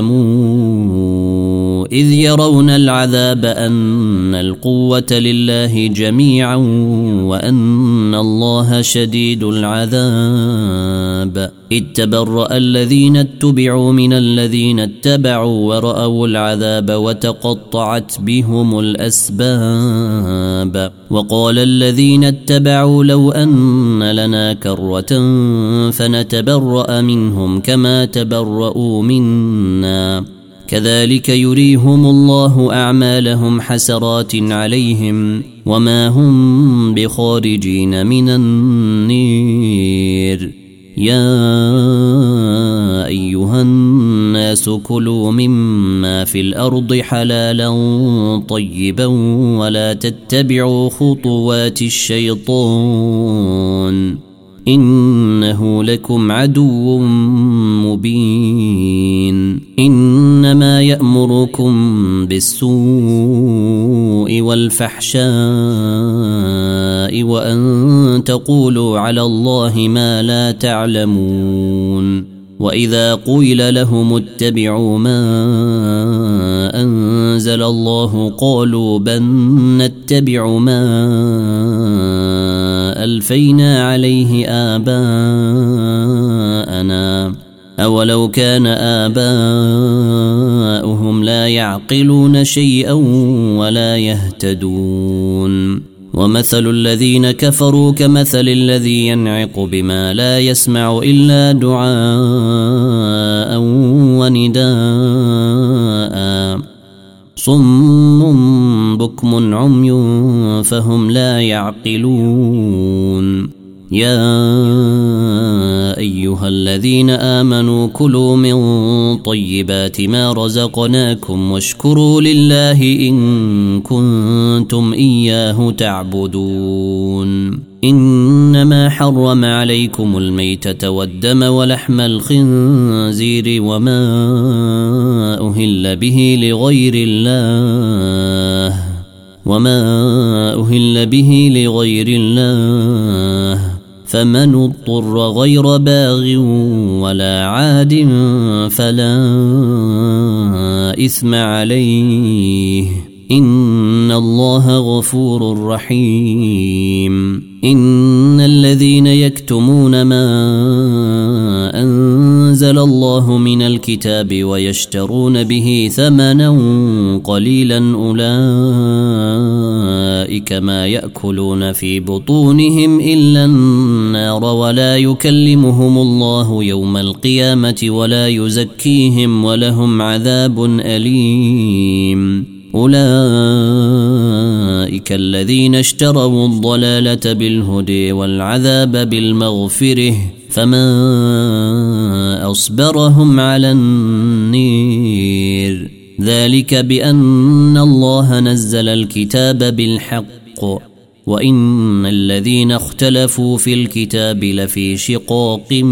ظلموا إذ يرون العذاب أن القوة لله جميعا وأن الله شديد العذاب إذ تبرأ الذين اتبعوا من الذين اتبعوا ورأوا العذاب وتقطعت بهم الأسباب وقال الذين اتبعوا لو أن لنا كرة فنتبرأ منهم كما تبرؤوا منا كذلك يريهم الله أعمالهم حسرات عليهم وما هم بخارجين من النير يا أيها الناس كلوا مما في الأرض حلالا طيبا ولا تتبعوا خطوات الشيطان إنه لكم عدو مبين إنما يأمركم بالسوء والفحشاء وأن تقولوا على الله ما لا تعلمون وإذا قيل لهم اتبعوا ما أنزل الله قالوا بل نتبع ما ألفينا عليه آباءنا أولو كان آباؤهم لا يعقلون شيئا ولا يهتدون ومثل الذين كفروا كمثل الذي ينعق بما لا يسمع إلا دعاء ونداء صم بكم عمي فهم لا يعقلون يا أيها الذين آمنوا كلوا من طيبات ما رزقناكم واشكروا لله إن كنتم إياه تعبدون إنما حرم عليكم الميتة والدم ولحم الخنزير وما أهل به لغير الله فمن اضطر غير باغ ولا عاد فلا إثم عليه إن الله غفور رحيم إن الذين يكتمون ما أنزل الله من الكتاب ويشترون به ثمنا قليلا أولئك ما يأكلون في بطونهم إلا النار ولا يكلمهم الله يوم القيامة ولا يزكيهم ولهم عذاب أليم أولئك الذين اشتروا الضلالة بالهدى والعذاب بالمغفرة فما أصبرهم على النير ذلك بأن الله نزل الكتاب بالحق وإن الذين اختلفوا في الكتاب لفي شقاق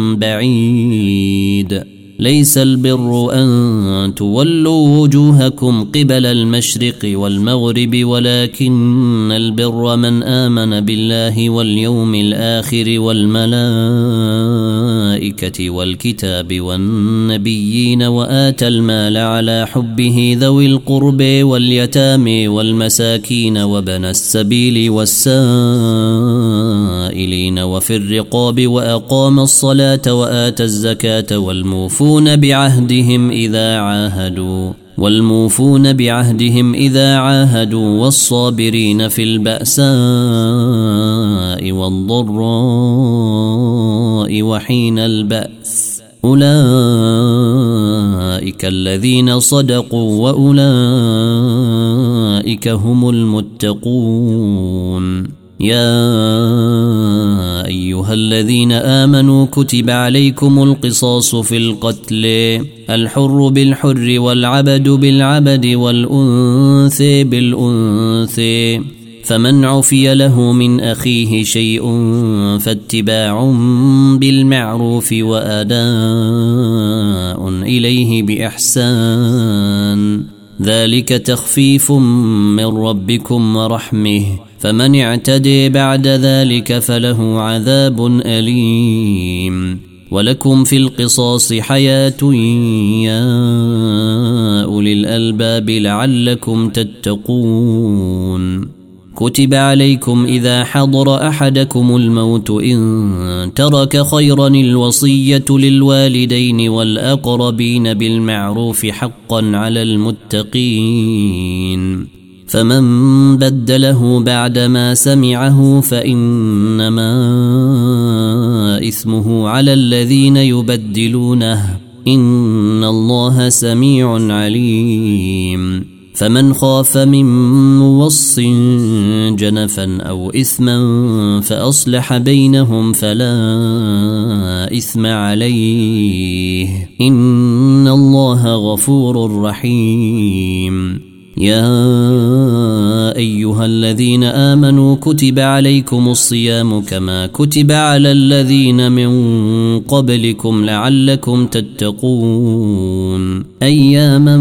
بعيد ليس البر أن تولوا وجوهكم قبل المشرق والمغرب ولكن البر من آمن بالله واليوم الآخر والملائكة الملائكة والكتاب والنبيين وآتى المال على حبه ذوي القرب واليتامى والمساكين وابن السبيل والسائلين وفي الرقاب وأقام الصلاة وآتى الزكاة والموفون بعهدهم إذا عاهدوا والصابرين في البأساء والضراء وحين البأس أولئك الذين صدقوا وأولئك هم المتقون. يا أيها الذين آمنوا كتب عليكم القصاص في القتل الحر بالحر والعبد بالعبد والأنثى بالأنثى فمن عفي له من أخيه شيء فاتباع بالمعروف وأداء إليه بإحسان ذلك تخفيف من ربكم ورحمه فمن اعتدي بعد ذلك فله عذاب أليم. ولكم في القصاص حياة يا أولي الألباب لعلكم تتقون. كتب عليكم إذا حضر أحدكم الموت إن ترك خيرا الوصية للوالدين والأقربين بالمعروف حقا على المتقين فمن بدله بعدما سمعه فإنما إثمه على الذين يبدلونه إن الله سميع عليم. فمن خاف من موص جنفا أو إثما فأصلح بينهم فلا إثم عليه إن الله غفور رحيم. يا أيها الذين آمنوا كتب عليكم الصيام كما كتب على الذين من قبلكم لعلكم تتقون أياما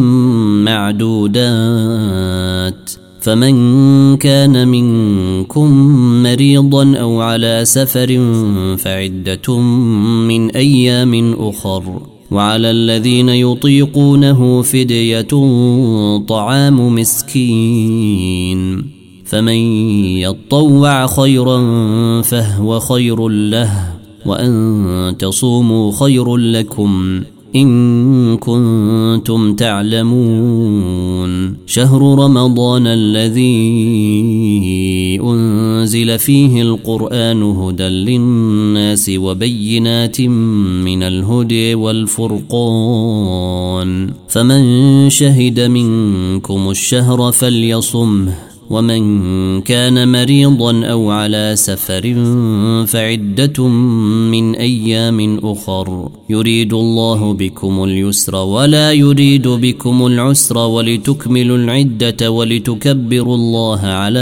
معدودات فمن كان منكم مريضا أو على سفر فعدة من أيام أخر وعلى الذين يطيقونه فدية طعام مسكين فمن يطوع خيرا فهو خير له وأن تصوموا خير لكم إن كنتم تعلمون. شهر رمضان الذي أنزل فيه القرآن هدى للناس وبينات من الهدى والفرقان فمن شهد منكم الشهر فليصمه ومن كان مريضا أو على سفر فعدة من أيام أخر يريد الله بكم اليسر ولا يريد بكم العسر ولتكملوا العدة ولتكبروا الله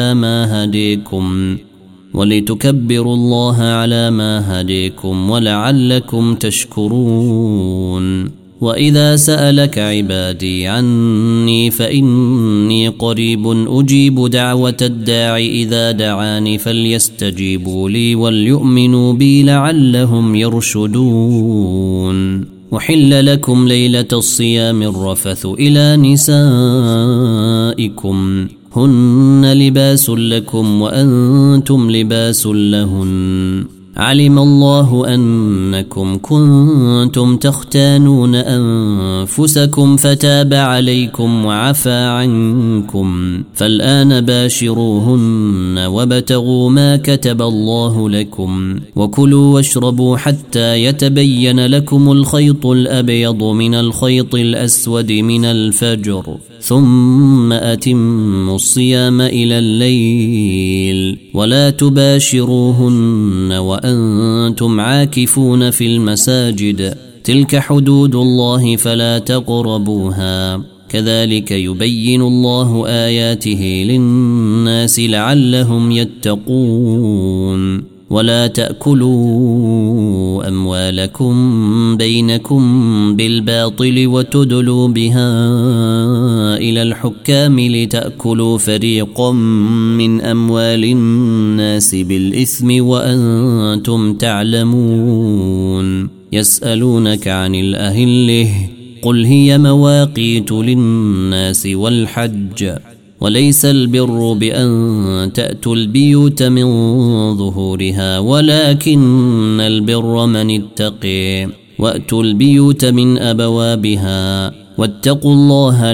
على ما هديكم ولعلكم تشكرون. وإذا سألك عبادي عني فإني قريب أجيب دعوة الداع إذا دعاني فليستجيبوا لي وليؤمنوا بي لعلهم يرشدون. وحل لكم ليلة الصيام الرفث إلى نسائكم هن لباس لكم وأنتم لباس لهن علم الله أنكم كنتم تختانون أنفسكم فتاب عليكم وعفى عنكم فالآن باشروهن وابتغوا ما كتب الله لكم وكلوا واشربوا حتى يتبين لكم الخيط الأبيض من الخيط الأسود من الفجر ثم أتموا الصيام إلى الليل ولا تباشروهن وأنتم عاكفون في المساجد تلك حدود الله فلا تقربوها كذلك يبين الله آياته للناس لعلهم يتقون. ولا تأكلوا أموالكم بينكم بالباطل وتدلوا بها إلى الحكام لتأكلوا فريقا من أموال الناس بالإثم وأنتم تعلمون. يسألونك عن الأهلة قل هي مواقيت للناس والحج وليس البر بأن تأتوا البيوت من ظهورها ولكن البر من اتقي وأتوا البيوت من أبوابها واتقوا الله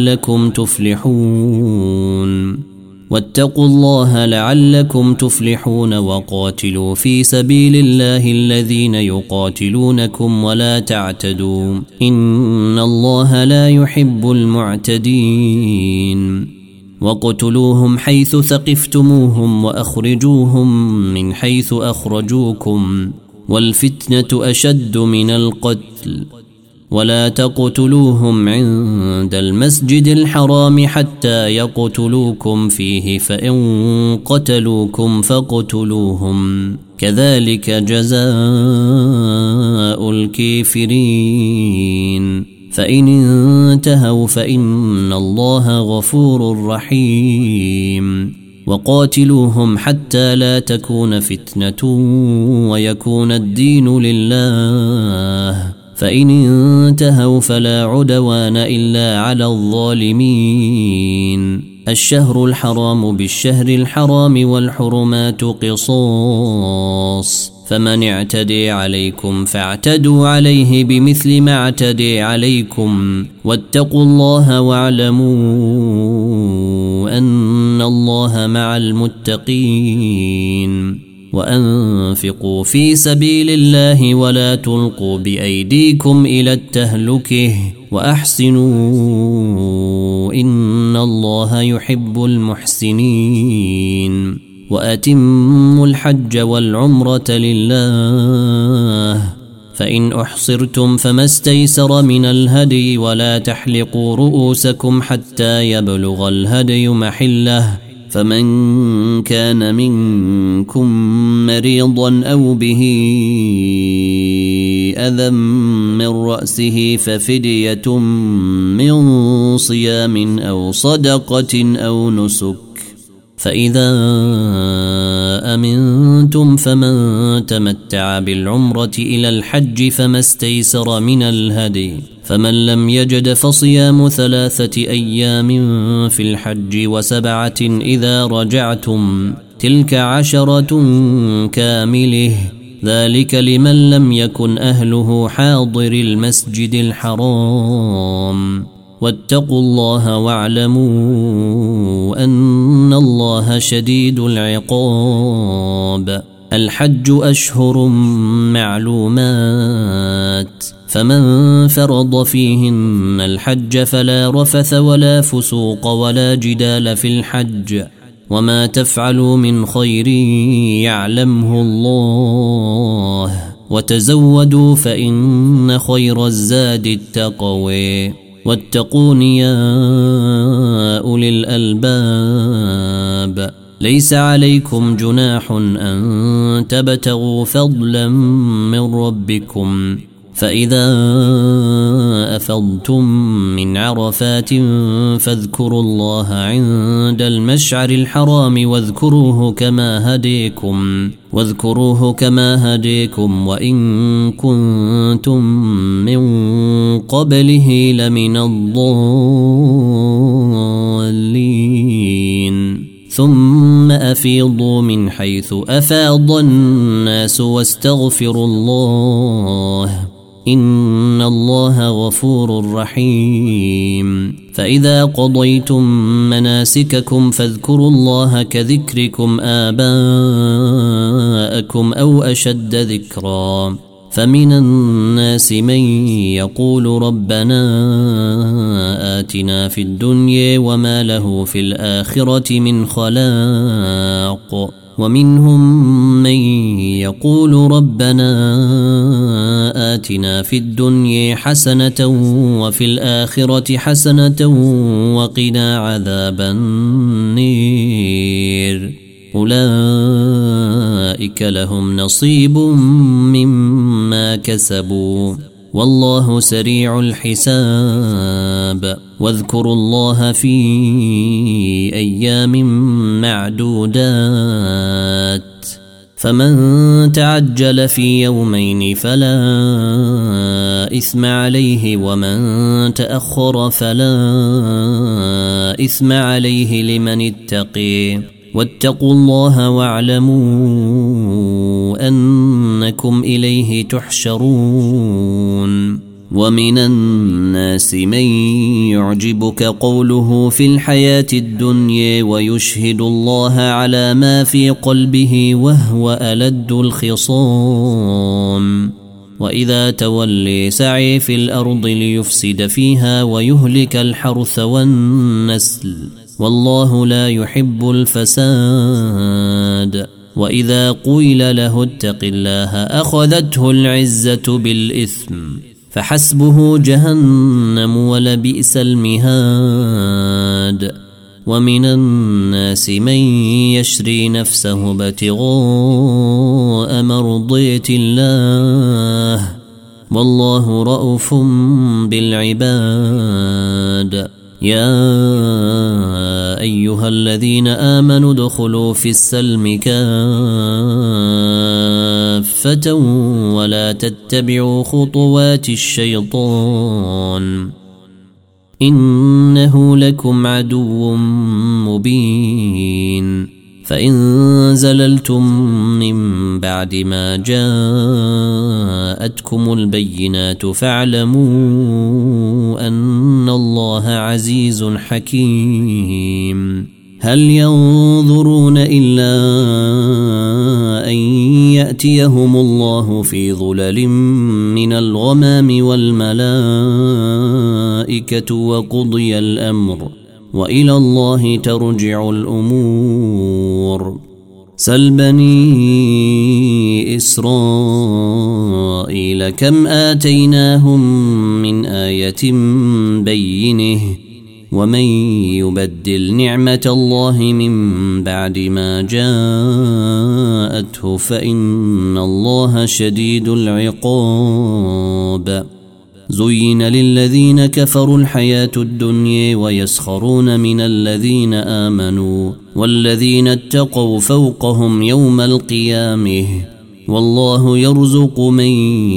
لعلكم تفلحون وقاتلوا في سبيل الله الذين يقاتلونكم ولا تعتدوا إن الله لا يحب المعتدين وقتلوهم حيث ثقفتموهم وأخرجوهم من حيث أخرجوكم والفتنة أشد من القتل ولا تقتلوهم عند المسجد الحرام حتى يقتلوكم فيه فإن قتلوكم فاقتلوهم كذلك جزاء الكافرين فإن انتهوا فإن الله غفور رحيم وقاتلوهم حتى لا تكون فتنة ويكون الدين لله فإن انتهوا فلا عدوان إلا على الظالمين الشهر الحرام بالشهر الحرام والحرمات قصاص فمن اعتدي عليكم فاعتدوا عليه بمثل ما اعتدي عليكم واتقوا الله واعلموا أن الله مع المتقين وأنفقوا في سبيل الله ولا تلقوا بأيديكم إلى التهلكة وأحسنوا إن الله يحب المحسنين وأتموا الحج والعمرة لله فإن أحصرتم فما استيسر من الهدي ولا تحلقوا رؤوسكم حتى يبلغ الهدي محله فمن كان منكم مريضا أو به أذى من رأسه ففدية من صيام أو صدقة أو نسك فإذا أمنتم فمن تمتع بالعمرة إلى الحج فما استيسر من الهدي فمن لم يجد فصيام 3 أيام في الحج و7 إذا رجعتم تلك 10 كامله ذلك لمن لم يكن أهله حاضر المسجد الحرام واتقوا الله واعلموا أن الله شديد العقاب الحج أشهر معلومات فمن فرض فيهن الحج فلا رفث ولا فسوق ولا جدال في الحج وما تفعلوا من خير يعلمه الله وتزودوا فإن خير الزاد التقوى واتقون يا أولي الألباب ليس عليكم جناح أن تبتغوا فضلا من ربكم فإذا أفضتم من عرفات فاذكروا الله عند المشعر الحرام واذكروه كما هديكم وإن كنتم من قبله لمن الضالين ثم أفيضوا من حيث أفاض الناس واستغفروا الله إن الله غفور رحيم فإذا قضيتم مناسككم فاذكروا الله كذكركم آباءكم أو أشد ذكرا فمن الناس من يقول ربنا آتنا في الدنيا وما له في الآخرة من خلاق ومنهم من يقول ربنا آتنا في الدنيا حسنة وفي الآخرة حسنة وقنا عذاب النير أولئك لهم نصيب مما كسبوا والله سريع الحساب واذكروا الله في أيام معدودات فمن تعجل في يومين فلا إثم عليه ومن تأخر فلا إثم عليه لمن اتقي واتقوا الله واعلموا أنكم إليه تحشرون. ومن الناس من يعجبك قوله في الحياة الدنيا ويشهد الله على ما في قلبه وهو ألد الخصام وإذا تولي سعي في الأرض ليفسد فيها ويهلك الحرث والنسل والله لا يحب الفساد. وإذا قيل له اتق الله أخذته العزة بالإثم فحسبه جهنم ولبئس المهاد. ومن الناس من يشري نفسه ابتغاء مرضية الله والله رؤوف بالعباد. يا أيها الذين آمنوا ادخلوا في السلم كافة ولا تتبعوا خطوات الشيطان إنه لكم عدو مبين. فإن زللتم من بعد ما جاءتكم البينات فاعلموا أن الله عزيز حكيم. هل ينظرون إلا أن يأتيهم الله في ظلل من الغمام والملائكة وقضي الأمر وإلى الله ترجع الأمور. سل بني إسرائيل كم آتيناهم من آية بينه ومن يبدل نعمة الله من بعد ما جاءته فإن الله شديد العقاب. زين للذين كفروا الحياة الدنيا ويسخرون من الذين آمنوا والذين اتقوا فوقهم يوم القيامة والله يرزق من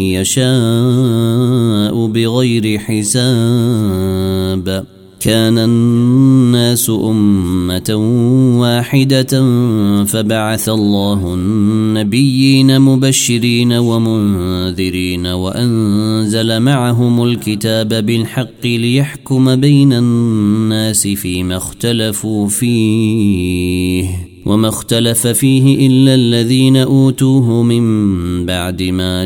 يشاء بغير حساب. كان الناس أمة واحدة فبعث الله النبيين مبشرين ومنذرين وأنزل معهم الكتاب بالحق ليحكم بين الناس فيما اختلفوا فيه وما اختلف فيه إلا الذين أوتوه من بعد ما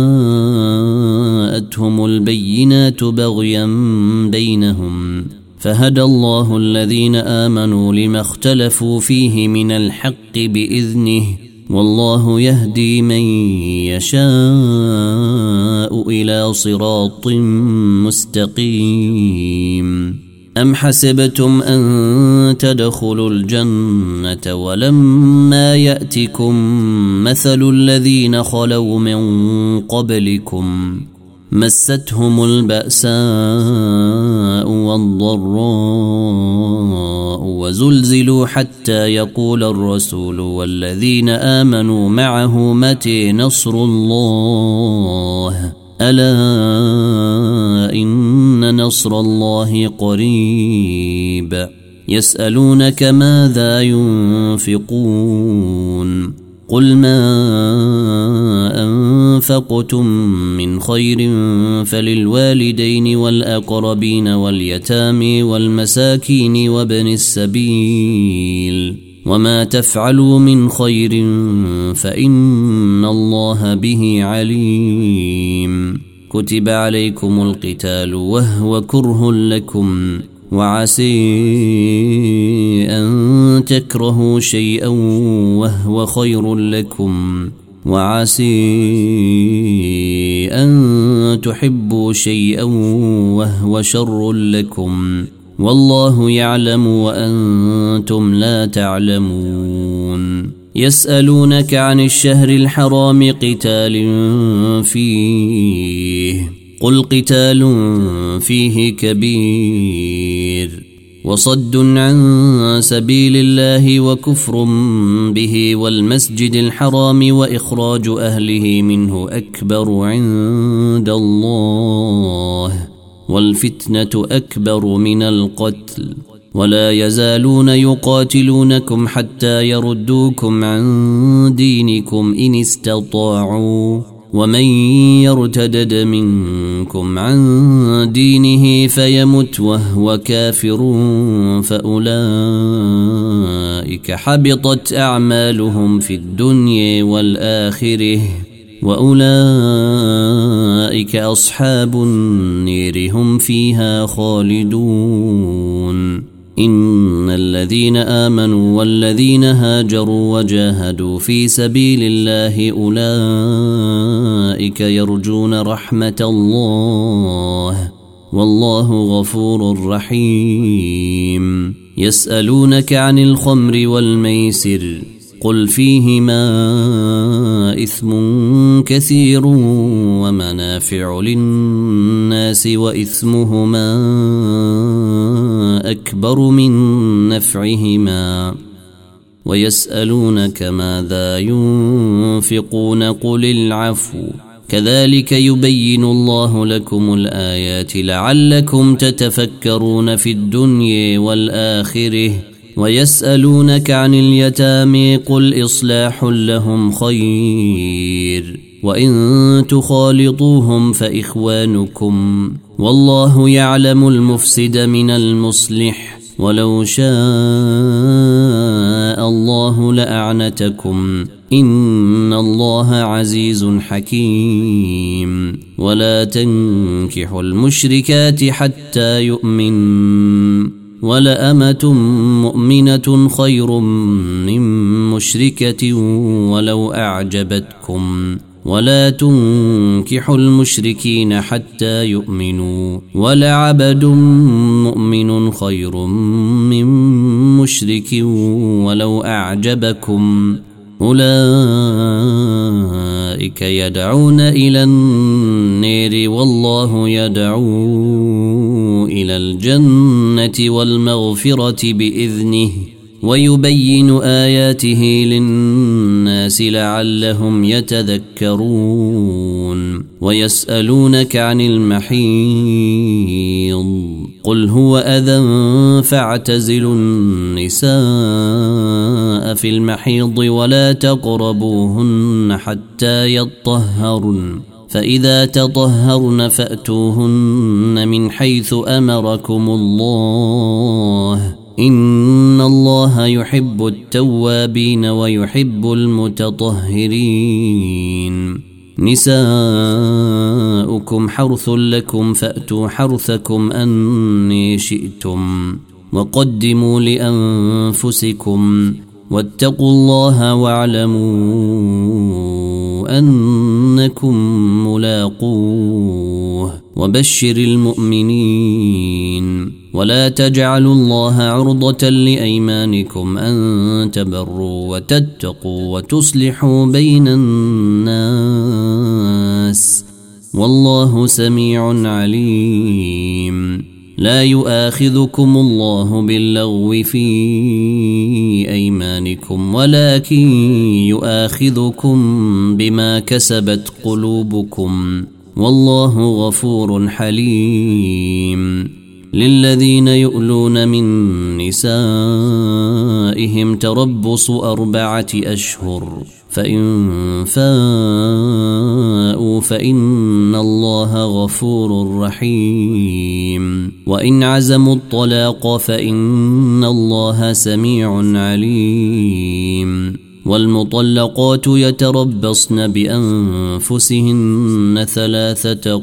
جاءتهم البينات بغيا بينهم فهدى الله الذين آمنوا لما اختلفوا فيه من الحق بإذنه والله يهدي من يشاء إلى صراط مستقيم. أم حسبتم أن تدخلوا الجنة ولما يأتكم مثل الذين خلوا من قبلكم مستهم البأساء والضراء وزلزلوا حتى يقول الرسول والذين آمنوا معه متى نصر الله ألا إن نصر الله قريب. يسألونك ماذا ينفقون قل ما أنفقتم من خير فللوالدين والأقربين واليتامى والمساكين وابن السبيل وما تفعلوا من خير فإن الله به عليم. كتب عليكم القتال وهو كره لكم وعسى أن تكرهوا شيئا وهو خير لكم وعسى أن تحبوا شيئا وهو شر لكم والله يعلم وأنتم لا تعلمون. يسألونك عن الشهر الحرام قتال فيه قل قتال فيه كبير وصد عن سبيل الله وكفر به والمسجد الحرام وإخراج أهله منه أكبر عند الله والفتنة أكبر من القتل ولا يزالون يقاتلونكم حتى يردوكم عن دينكم إن استطاعوا ومن يرتدد منكم عن دينه فيمت وهو كافر فأولئك حبطت أعمالهم في الدنيا والآخرة وأولئك أصحاب النير هم فيها خالدون إن الذين آمنوا والذين هاجروا وجاهدوا في سبيل الله أولئك يرجون رحمة الله والله غفور رحيم يسألونك عن الخمر والميسر قل فيهما إثم كثير ومنافع للناس وإثمهما أكبر من نفعهما ويسألونك ماذا ينفقون قل العفو كذلك يبين الله لكم الآيات لعلكم تتفكرون في الدنيا والآخرة ويسألونك عن اليتامى قل إصلاح لهم خير وإن تخالطوهم فإخوانكم والله يعلم المفسد من المصلح ولو شاء الله لأعنتكم إن الله عزيز حكيم ولا تنكحوا المشركات حتى يؤمنوا ولأمة مؤمنة خير من مشركة ولو أعجبتكم ولا تنكحوا المشركين حتى يؤمنوا ولعبد مؤمن خير من مشرك ولو أعجبكم أولئك يدعون إلى النار والله يدعو إلى الجنة والمغفرة بإذنه ويبين آياته للناس لعلهم يتذكرون ويسألونك عن المحيض قل هو أذى فاعتزلوا النساء في المحيض ولا تقربوهن حتى يطهرن فإذا تطهرن فأتوهن من حيث أمركم الله إن الله يحب التوابين ويحب المتطهرين نساؤكم حرث لكم فأتوا حرثكم أني شئتم وقدموا لأنفسكم واتقوا الله واعلموا أنكم ملاقوه وبشر المؤمنين ولا تجعلوا الله عرضة لأيمانكم أن تبروا وتتقوا وتصلحوا بين الناس والله سميع عليم لا يؤاخذكم الله باللغو في أيمانكم ولكن يؤاخذكم بما كسبت قلوبكم والله غفور حليم للذين يؤلون من نسائهم تربص 4 أشهر فإن فاءوا فإن الله غفور رحيم وإن عزموا الطلاق فإن الله سميع عليم والمطلقات يتربصن بأنفسهن 3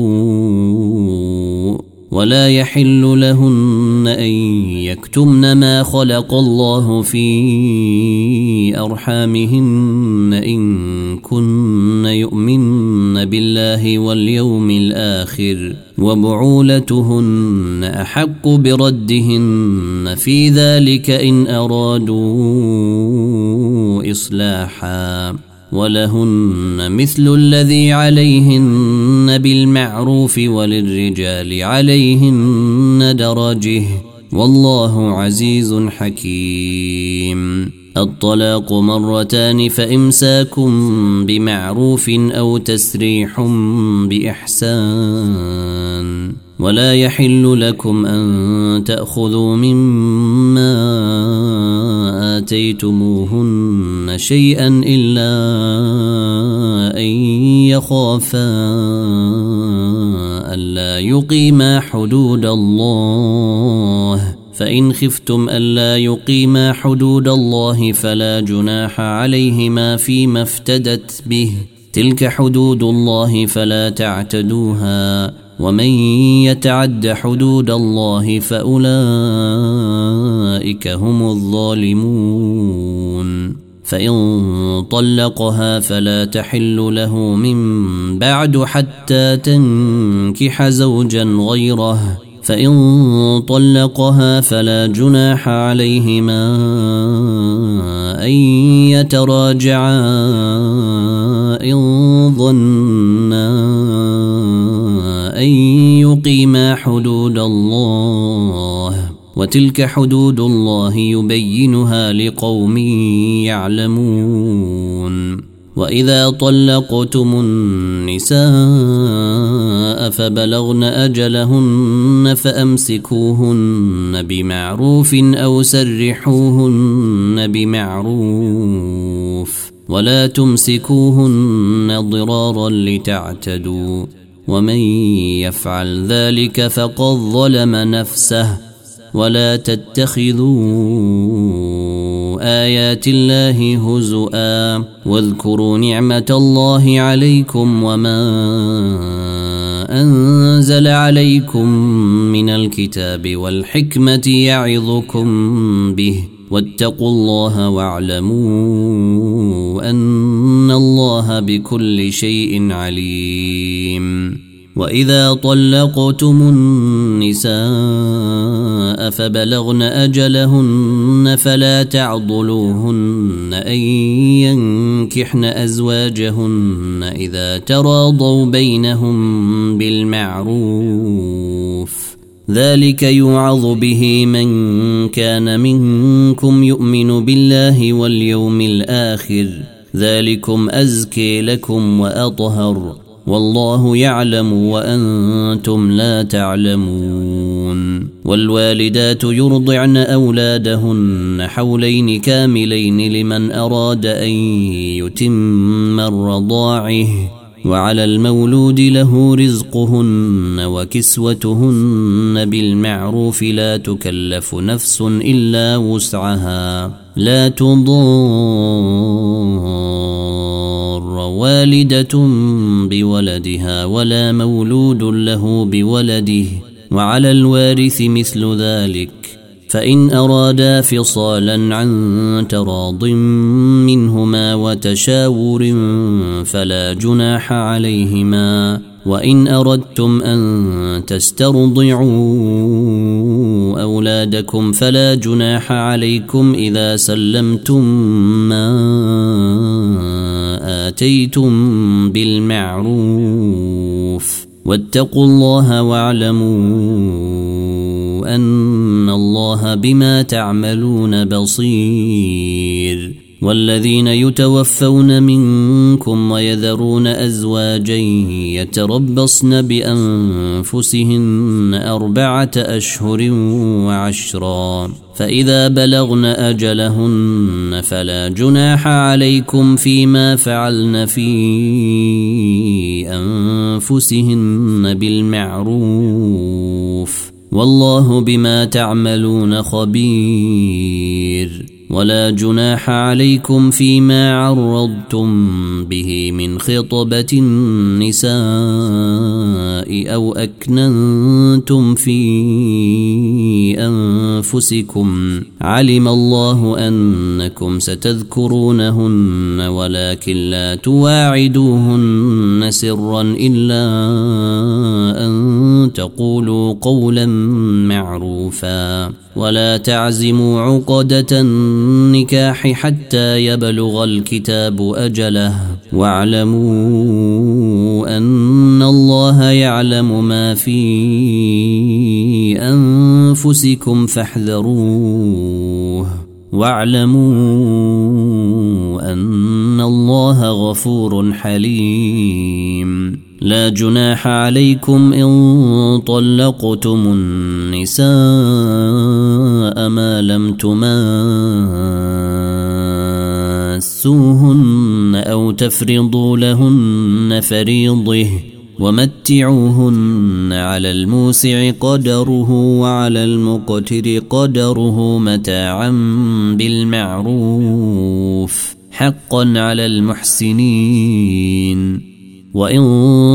قروء ولا يحل لهن أن يكتمن ما خلق الله في أرحامهن إن كن يؤمن بالله واليوم الآخر وبعولتهن أحق بردهن في ذلك إن أرادوا إصلاحا ولهن مثل الذي عليهن بالمعروف وللرجال عليهن درجه والله عزيز حكيم. الطلاق مرتان فإمساكم بمعروف أو تسريح بإحسان ولا يحل لكم أن تأخذوا مما آتيتموهن شيئا إلا أن يخافا ألا يقيما حدود الله، فإن خفتم ألا يقيما حدود الله فلا جناح عليهما فيما افتدت به، تلك حدود الله فلا تعتدوها، ومن يتعد حدود الله فأولئك هم الظالمون. فإن طلقها فلا تحل له من بعد حتى تنكح زوجا غيره، فإن طلقها فلا جناح عليهما أن يتراجعا إن ظنا أن يقيما حدود الله، وتلك حدود الله يبينها لقوم يعلمون. وإذا طلقتم النساء فبلغن أجلهن فأمسكوهن بمعروف أو سرحوهن بمعروف، ولا تمسكوهن ضرارا لتعتدوا، ومن يفعل ذلك فقد ظلم نفسه. ولا تتخذوا آيات الله هزؤا واذكروا نعمة الله عليكم وما أنزل عليكم من الكتاب والحكمة يعظكم به، واتقوا الله واعلموا أن الله بكل شيء عليم. وإذا طلقتم النساء فبلغن أجلهن فلا تعضلوهن أن ينكحن أزواجهن إذا تراضوا بينهم بالمعروف، ذلك يوعظ به من كان منكم يؤمن بالله واليوم الآخر، ذلكم أزكي لكم وأطهر، والله يعلم وأنتم لا تعلمون. والوالدات يرضعن أولادهن حولين كاملين لمن أراد أن يتم الرضاعه، وعلى المولود له رزقهن وكسوتهن بالمعروف، لا تكلف نفس إلا وسعها، لا تضار والدة بولدها ولا مولود له بولده، وعلى الوارث مثل ذلك، فإن أرادا فصالا عن تراض منهما وتشاور فلا جناح عليهما، وإن أردتم أن تسترضعوا أولادكم فلا جناح عليكم إذا سلمتم ما آتيتم بالمعروف، واتقوا الله واعلموا أن الله بما تعملون بصير. والذين يتوفون منكم ويذرون أزواجا يتربصن بأنفسهن 4 أشهر وعشرا، فإذا بلغن أجلهن فلا جناح عليكم فيما فعلن في أنفسهن بالمعروف، والله بما تعملون خبير. ولا جناح عليكم فيما عرضتم به من خطبة النساء أو أكننتم في أنفسكم، علم الله أنكم ستذكرونهن ولكن لا تواعدوهن سرا إلا أن تقولوا قولا معروفا، ولا تعزموا عقدة النكاح حتى يبلغ الكتاب أجله، واعلموا أن الله يعلم ما في أنفسكم أنفسكم فاحذروه واعلموا أن الله غفور حليم. لا جناح عليكم إن طلقتم النساء ما لم تماسوهن أو تفرضوا لهن فريضة ومتعوهن على الموسع قدره وعلى المقتر قدره متاعا بالمعروف حقا على المحسنين. وإن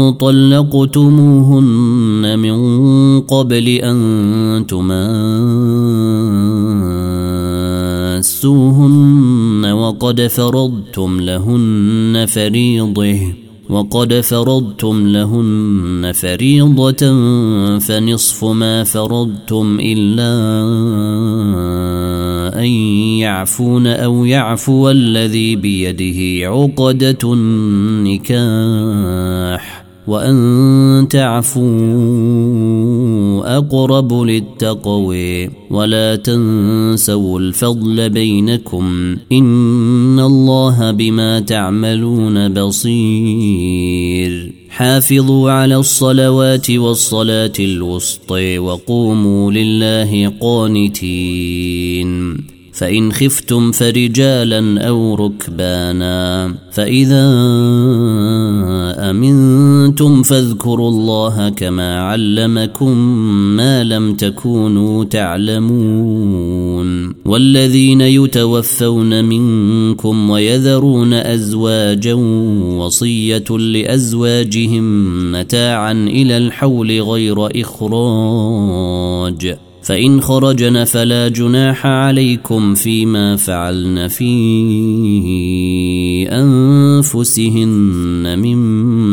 طلقتموهن من قبل أن تماسوهن وقد فرضتم لهن فريضة فنصف ما فرضتم إلا أن يعفون أو يعفو الذي بيده عقدة النكاح وأن تعفوا أقرب للتقوى ولا تنسوا الفضل بينكم إن الله بما تعملون بصير. حافظوا على الصلوات والصلاة الوسطى وقوموا لله قانتين. فإن خفتم فرجالا أو ركبانا فإذا أمنتم فاذكروا الله كما علمكم ما لم تكونوا تعلمون. والذين يتوفون منكم ويذرون أزواجا وصية لأزواجهم متاعا إلى الحول غير إخراج فإن خرجن فلا جناح عليكم فيما فعلن في أنفسهن من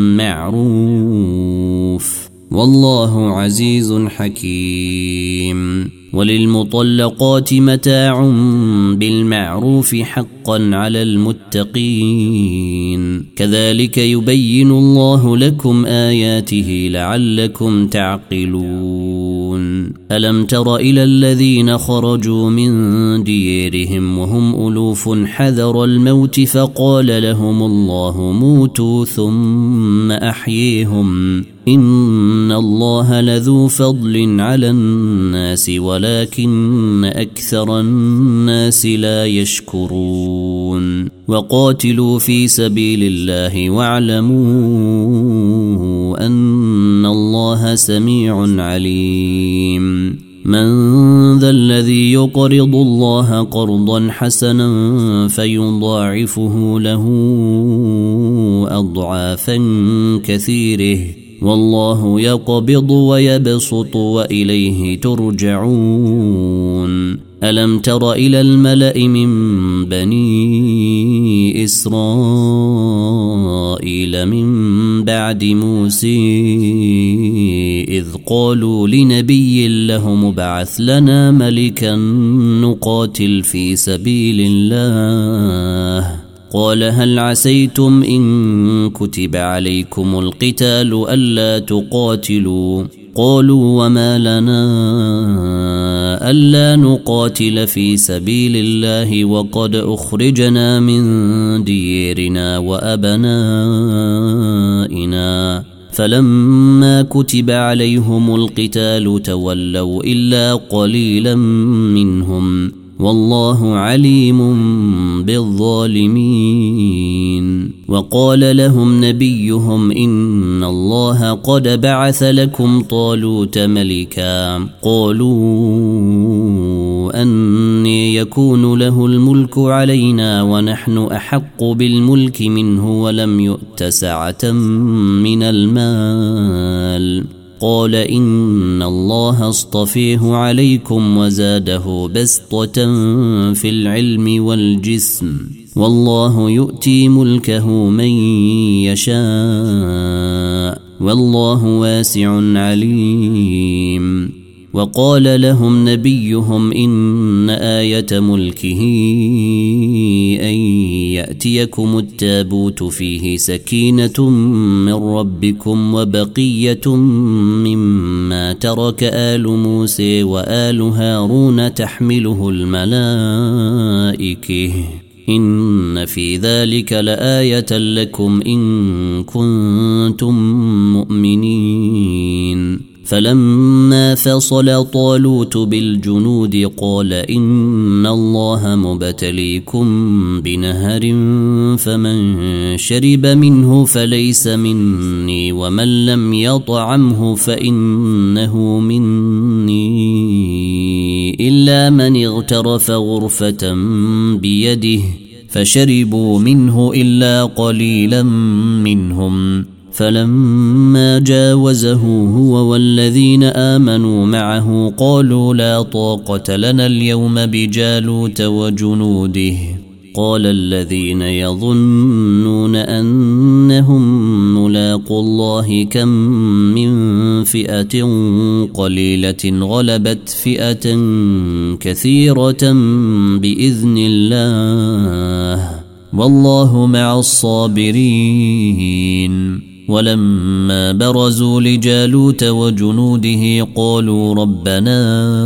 معروف والله عزيز حكيم. وللمطلقات متاع بالمعروف حقا على المتقين كذلك يبين الله لكم آياته لعلكم تعقلون. ألم تر إلى الذين خرجوا من ديارهم وهم ألوف حذر الموت فقال لهم الله موتوا ثم أحييهم إن الله لذو فضل على الناس ولكن أكثر الناس لا يشكرون. وقاتلوا في سبيل الله واعلموا أن الله سميع عليم. من ذا الذي يقرض الله قرضا حسنا فيضاعفه له أضعافا كثيرة والله يقبض ويبسط وإليه ترجعون. ألم تر إلى الملأ من بني إسرائيل من بعد موسى إذ قالوا لنبي لهم ابعث لنا ملكا نقاتل في سبيل الله قال هل عسيتم إن كتب عليكم القتال ألا تقاتلوا قالوا وما لنا ألا نقاتل في سبيل الله وقد أخرجنا من ديارنا وأبنائنا فلما كتب عليهم القتال تولوا إلا قليلا منهم والله عليم بالظالمين. وقال لهم نبيهم إن الله قد بعث لكم طالوت ملكا قالوا أني يكون له الملك علينا ونحن أحق بالملك منه ولم يؤت سعة من المال قال إن الله اصطفيه عليكم وزاده بسطة في العلم والجسم والله يؤتي ملكه من يشاء والله واسع عليم. وقال لهم نبيهم إن آية ملكه أن يأتيكم التابوت فيه سكينة من ربكم وبقية مما ترك آل موسى وآل هارون تحمله الملائكة إن في ذلك لآية لكم إن كنتم مؤمنين. فلما فصل طالوت بالجنود قال إن الله مبتليكم بنهر فمن شرب منه فليس مني ومن لم يطعمه فإنه مني إلا من اغترف غرفة بيده فشربوا منه إلا قليلا منهم. فلما جاوزه هو والذين آمنوا معه قالوا لا طاقة لنا اليوم بجالوت وجنوده. قال الذين يظنون أنهم ملاقوا الله كم من فئة قليلة غلبت فئة كثيرة بإذن الله والله مع الصابرين. ولما برزوا لجالوت وجنوده قالوا ربنا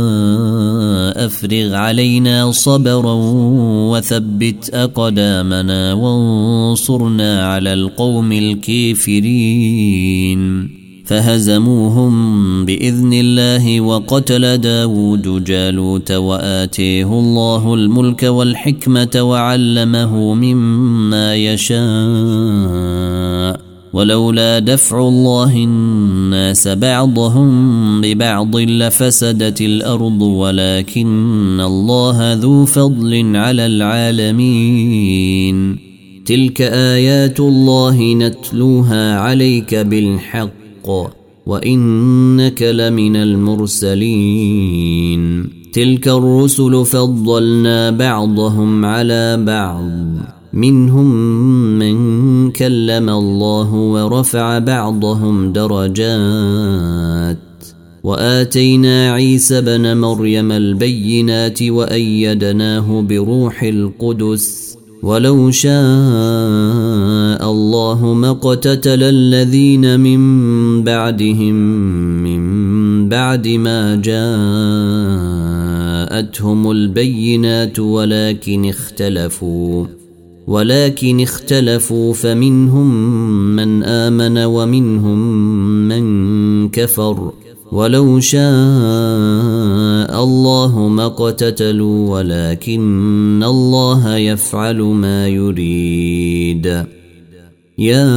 أفرغ علينا صبرا وثبت أقدامنا وانصرنا على القوم الكافرين. فهزموهم بإذن الله وقتل داود جالوت وآتيه الله الملك والحكمة وعلمه مما يشاء ولولا دفع الله الناس بعضهم ببعض لفسدت الأرض ولكن الله ذو فضل على العالمين. تلك آيات الله نتلوها عليك بالحق وإنك لمن المرسلين. تلك الرسل فضلنا بعضهم على بعض منهم من كلم الله ورفع بعضهم درجات وآتينا عيسى بن مريم البينات وأيدناه بروح القدس ولو شاء الله ما اقتتل الذين من بعدهم من بعد ما جاءتهم البينات ولكن اختلفوا فمنهم من آمن ومنهم من كفر ولو شاء الله ما اقتتلوا ولكن الله يفعل ما يريد. يا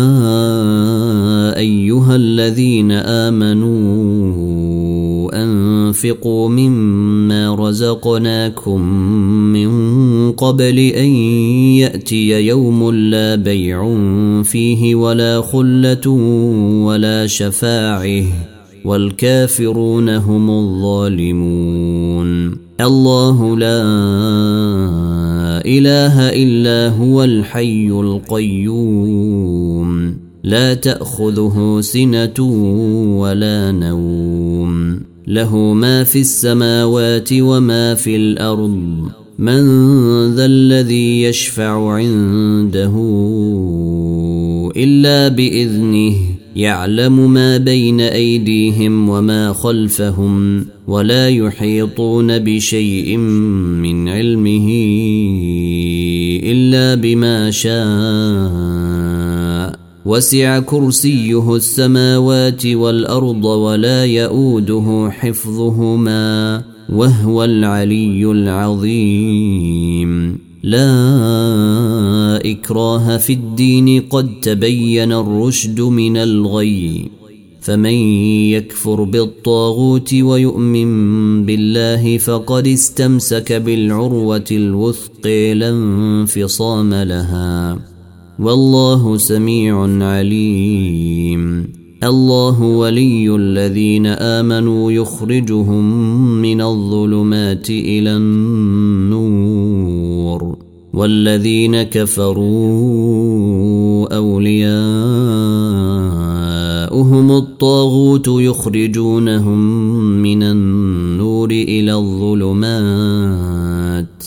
أيها الذين آمنوا أنفقوا مما رزقناكم من قبل أن يأتي يوم لا بيع فيه ولا خلة ولا شفاعة والكافرون هم الظالمون. الله لا إله إلا هو الحي القيوم لا تأخذه سنة ولا نوم له ما في السماوات وما في الأرض من ذا الذي يشفع عنده إلا بإذنه يعلم ما بين أيديهم وما خلفهم ولا يحيطون بشيء من علمه إلا بما شاء وسع كرسيه السماوات والأرض ولا يؤوده حفظهما وهو العلي العظيم. لا إكراه في الدين قد تبين الرشد من الغي فمن يكفر بالطاغوت ويؤمن بالله فقد استمسك بالعروة الوثقى لا انفصام لها والله سميع عليم. الله ولي الذين آمنوا يخرجهم من الظلمات إلى النور والذين كفروا أولياء أولياؤهم الطاغوت يخرجونهم من النور إلى الظلمات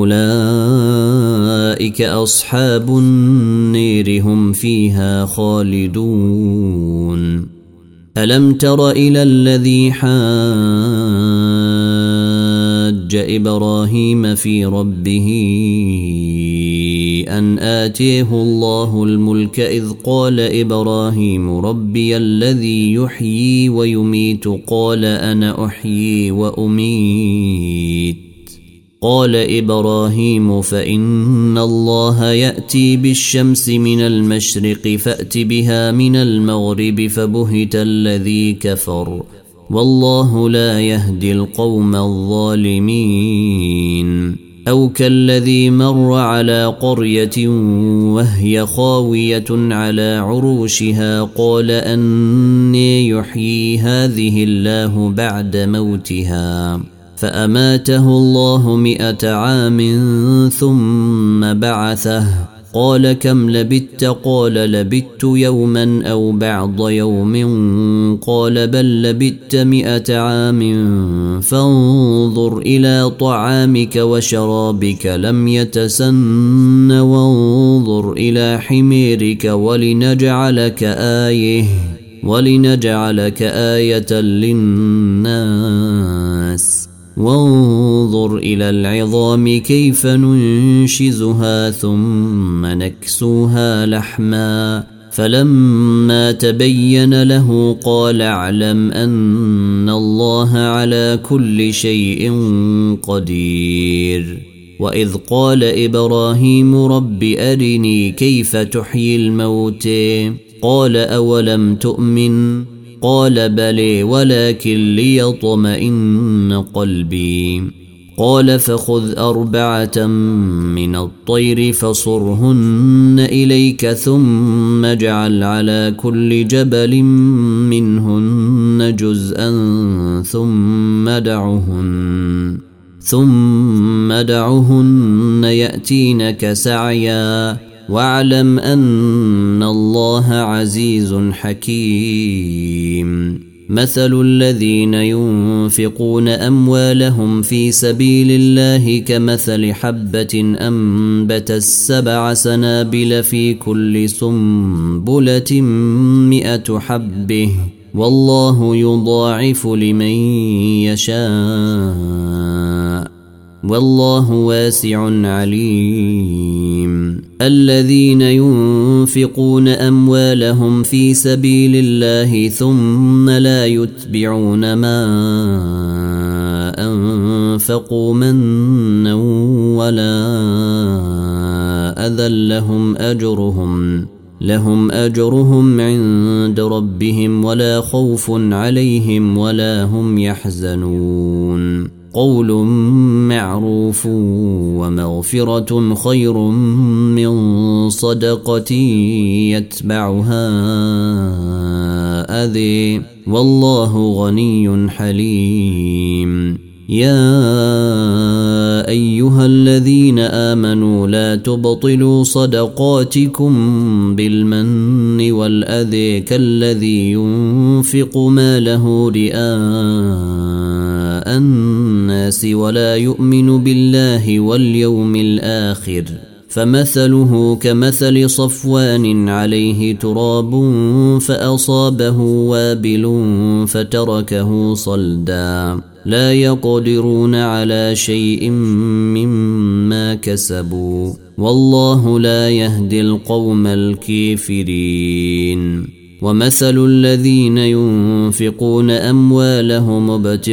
أولئك أصحاب النير هم فيها خالدون ألم تر إلى الذي حاج إبراهيم في ربه أن آتيه الله الملك إذ قال إبراهيم ربي الذي يحيي ويميت قال أنا أحيي وأميت قال إبراهيم فإن الله يأتي بالشمس من المشرق فأت بها من المغرب فبهت الذي كفر والله لا يهدي القوم الظالمين أو كالذي مر على قرية وهي خاوية على عروشها قال أني يحيي هذه الله بعد موتها فأماته الله 100 عام ثم بعثه قال كم لبثت قال لبثت يوما أو بعض يوم قال بل لبثت 100 عام فانظر إلى طعامك وشرابك لم يتسن وانظر إلى حميرك ولنجعلك آية للناس وانظر إلى العظام كيف ننشزها ثم نكسوها لحما فلما تبين له قال اعلم أن الله على كل شيء قدير وإذ قال إبراهيم رب أرني كيف تحيي الموتى قال أولم تؤمن قال بلى ولكن ليطمئن قلبي قال فخذ 4 من الطير فصرهن إليك ثم اجعل على كل جبل منهن جزءا ثم دعهن يأتينك سعيا واعلم أن الله عزيز حكيم مثل الذين ينفقون أموالهم في سبيل الله كمثل حبة أنبتت 7 سنابل في كل سنبلة 100 حبة والله يضاعف لمن يشاء والله واسع عليم الذين ينفقون أموالهم في سبيل الله ثم لا يتبعون ما أنفقوا منا ولا أذى لهم أجرهم عند ربهم ولا خوف عليهم ولا هم يحزنون قول معروف ومغفرة خير من صدقة يتبعها أذى والله غني حليم يا أيها الذين آمنوا لا تبطلوا صدقاتكم بالمن والأذى كالذي ينفق ماله رئاء الناس ولا يؤمن بالله واليوم الآخر فمثله كمثل صفوان عليه تراب فأصابه وابل فتركه صلدا لا يقدرون على شيء مما كسبوا والله لا يهدي القوم الكافرين ومثل الذين ينفقون أموالهم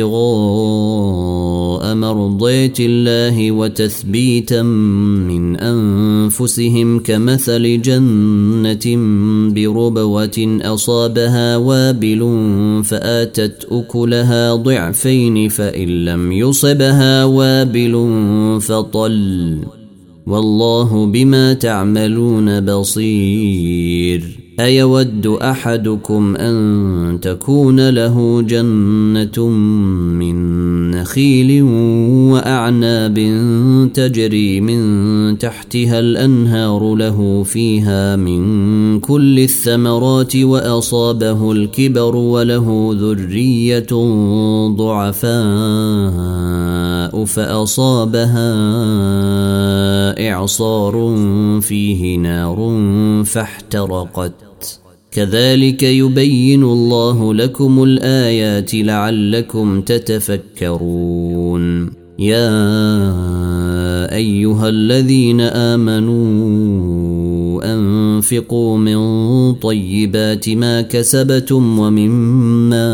ابتغاء مرضات الله وتثبيتا من أنفسهم كمثل جنة بربوة أصابها وابل فآتت أكلها ضعفين فإن لم يصبها وابل فطل والله بما تعملون بصير أيود أحدكم أن تكون له جنة من نخيل ونخيل وأعناب تجري من تحتها الأنهار له فيها من كل الثمرات وأصابه الكبر وله ذرية ضعفاء فأصابها إعصار فيه نار فاحترقت كذلك يبين الله لكم الآيات لعلكم تتفكرون يا أيها الذين آمنوا أنفقوا من طيبات ما كسبتم ومما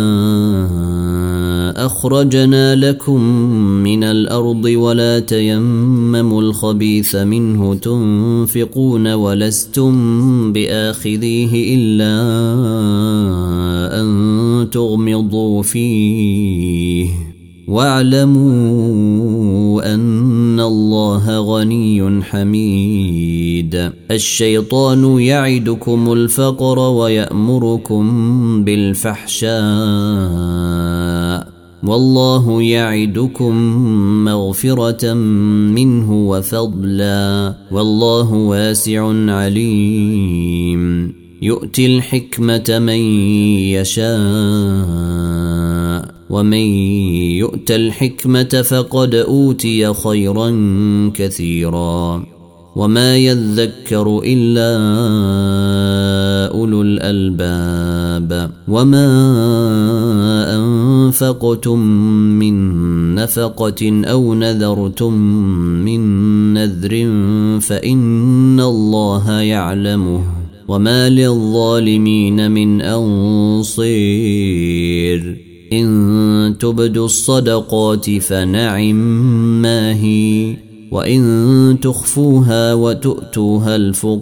أخرجنا لكم من الأرض ولا تيمموا الخبيث منه تنفقون ولستم بآخذيه إلا أن تغمضوا فيه واعلموا أن الله غني حميد الشيطان يعدكم الفقر ويأمركم بالفحشاء والله يعدكم مغفرة منه وفضلا والله واسع عليم يؤتي الحكمة من يشاء ومن يؤت الحكمة فقد أوتي خيرا كثيرا وما يذكر إلا أولو الألباب وما أنفقتم من نفقة أو نذرتم من نذر فإن الله يعلمه وما للظالمين من أنصير إن تبدوا الصدقات فنعم ما هي وإن تخفوها وتؤتوها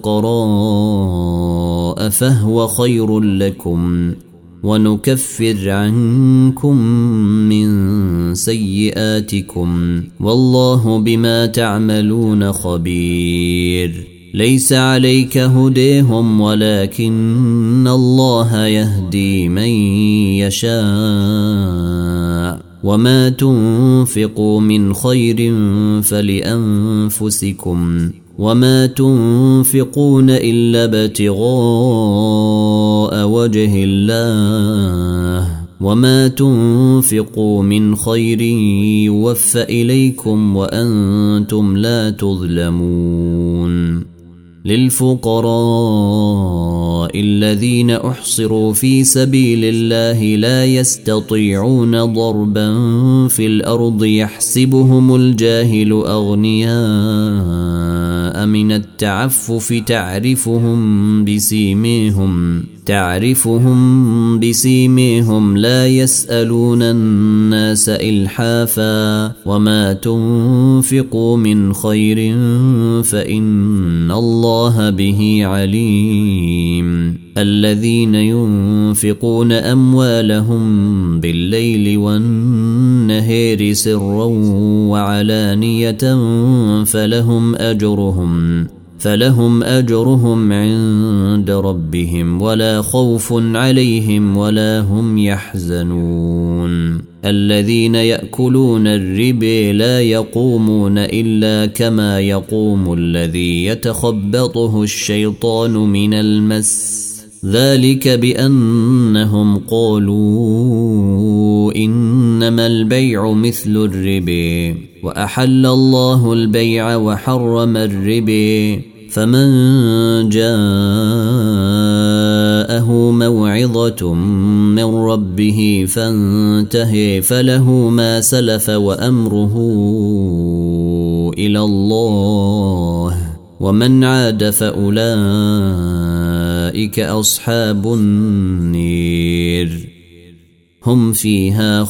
الفقراء فهو خير لكم ونكفر عنكم من سيئاتكم والله بما تعملون خبير ليس عليك هديهم ولكن الله يهدي من يشاء وما تنفقوا من خير فلأنفسكم وما تنفقون إلا ابتغاء وجه الله وما تنفقوا من خير يوفى إليكم وأنتم لا تظلمون للفقراء الذين أحصروا في سبيل الله لا يستطيعون ضربا في الأرض يحسبهم الجاهل أغنياء من التعفف تعرفهم بسيميهم لا يسألون الناس إلحافا وما تنفقوا من خير فإن الله به عليم الذين ينفقون أموالهم بالليل والنهار سرا وعلانية فلهم أجرهم عند ربهم ولا خوف عليهم ولا هم يحزنون الذين يأكلون الربا لا يقومون إلا كما يقوم الذي يتخبطه الشيطان من المس ذلك بأنهم قالوا إنما البيع مثل الربا وأحل الله البيع وحرم الربا فمن جاءه موعظة من ربه فانتهى فله ما سلف وأمره إلى الله ومن عاد فأولئك أصحاب النير هم فيها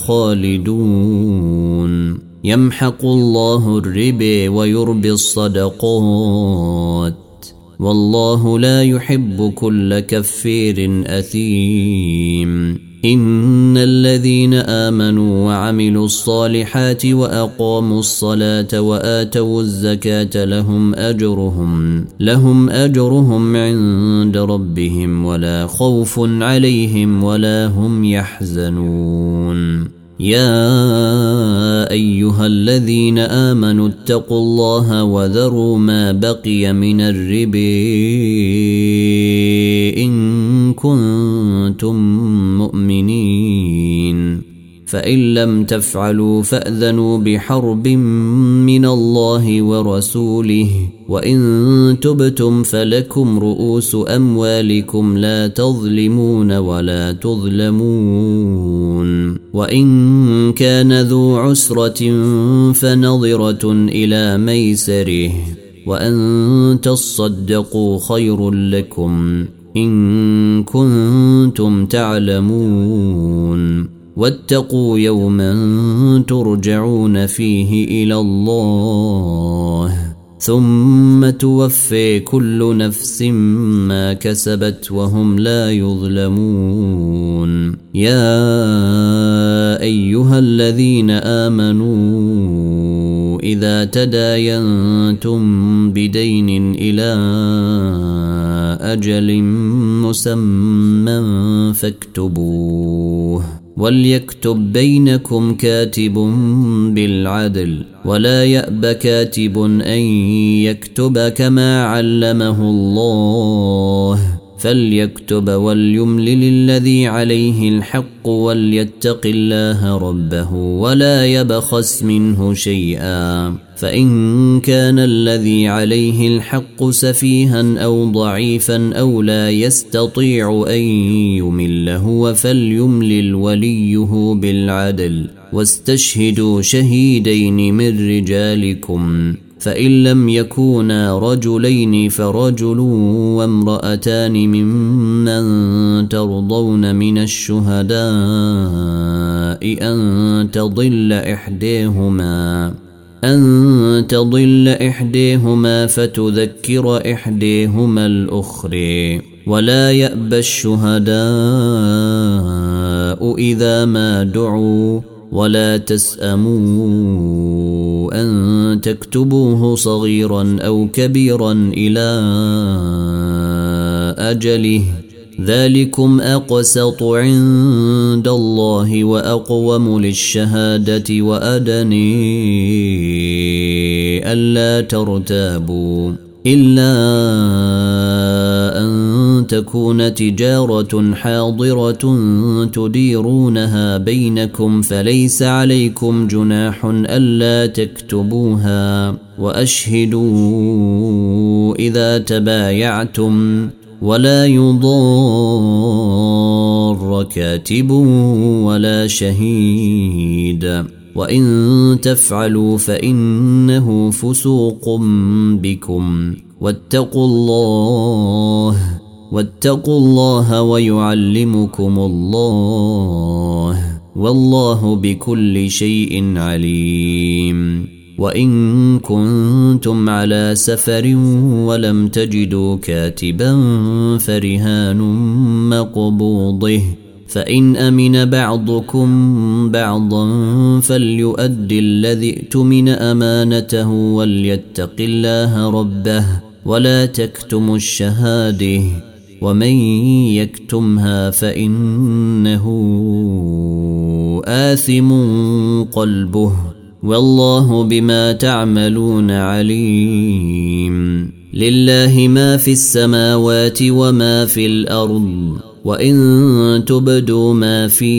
خالدون يمحق الله الربا ويربي الصدقات والله لا يحب كل كفير أثيم إن الذين آمنوا وعملوا الصالحات وأقاموا الصلاة وآتوا الزكاة لهم أجرهم عند ربهم ولا خوف عليهم ولا هم يحزنون يا أيها الذين آمنوا اتقوا الله وذروا ما بقي من الربا إن كنتم مؤمنين فإن لم تفعلوا فأذنوا بحرب من الله ورسوله وإن تبتم فلكم رؤوس أموالكم لا تظلمون ولا تظلمون وإن كان ذو عسرة فنظرة إلى ميسره وأن تصدقوا خير لكم إن كنتم تعلمون واتقوا يوما ترجعون فيه إلى الله ثم توفي كل نفس ما كسبت وهم لا يظلمون يا أيها الذين آمنوا إذا تداينتم بدين إلى أجل مسمى فاكتبوه وليكتب بينكم كاتب بالعدل ولا يأب كاتب أن يكتب كما علمه الله فليكتب وليملل الذي عليه الحق وليتق الله ربه ولا يبخس منه شيئا فإن كان الذي عليه الحق سفيها أو ضعيفا أو لا يستطيع أن يمل هو فليملل وليه بالعدل واستشهدوا شهيدين من رجالكم فإن لم يكونا رجلين فرجل وامرأتان ممن ترضون من الشهداء أن تضل إحداهما فتذكر إحداهما الأخرى ولا يأبى الشهداء إذا ما دعوا ولا تسأموا أن تكتبوه صغيرا أو كبيرا إلى أجله ذلكم أقسط عند الله وأقوم للشهادة وأدني ألا ترتابوا إلا أن تكون تجارة حاضرة تديرونها بينكم فليس عليكم جناح ألا تكتبوها وأشهدوا إذا تبايعتم ولا يضار كاتب ولا شهيد وإن تفعلوا فإنه فسوق بكم واتقوا الله ويعلمكم الله والله بكل شيء عليم وإن كنتم على سفر ولم تجدوا كاتبا فرهان مقبوضه فإن أمن بعضكم بعضا فليؤدي الذي ائتمن أمانته وليتق الله ربه ولا تكتموا الشهادة ومن يكتمها فإنه آثم قلبه والله بما تعملون عليم لله ما في السماوات وما في الأرض وإن تبدوا ما في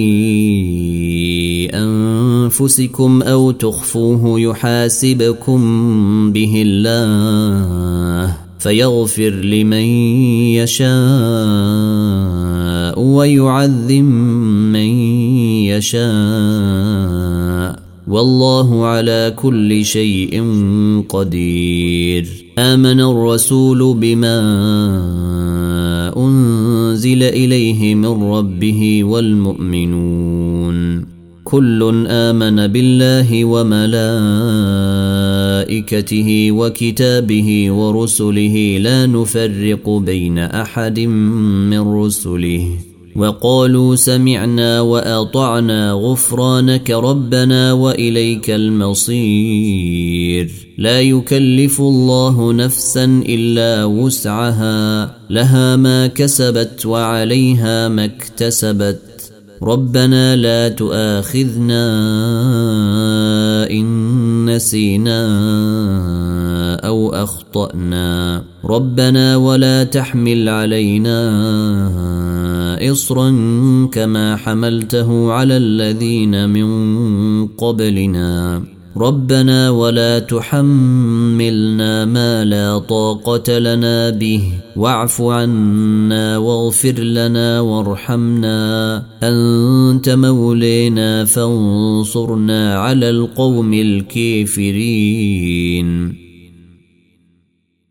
أنفسكم أو تخفوه يحاسبكم به الله فيغفر لمن يشاء ويعذب من يشاء والله على كل شيء قدير آمن الرسول بما أنزل إليه من ربه والمؤمنون كل آمن بالله وملائكته وكتابه ورسله لا نفرق بين أحد من رسله وقالوا سمعنا وأطعنا غفرانك ربنا وإليك المصير لا يكلف الله نفسا إلا وسعها لها ما كسبت وعليها ما اكتسبت ربنا لا تؤاخذنا إن نسينا أو أخطأنا ربنا ولا تحمل علينا إصرا كما حملته على الذين من قبلنا ربنا ولا تحملنا ما لا طاقة لنا به واعف عنا واغفر لنا وارحمنا أنت مولينا فانصرنا على القوم الكافرين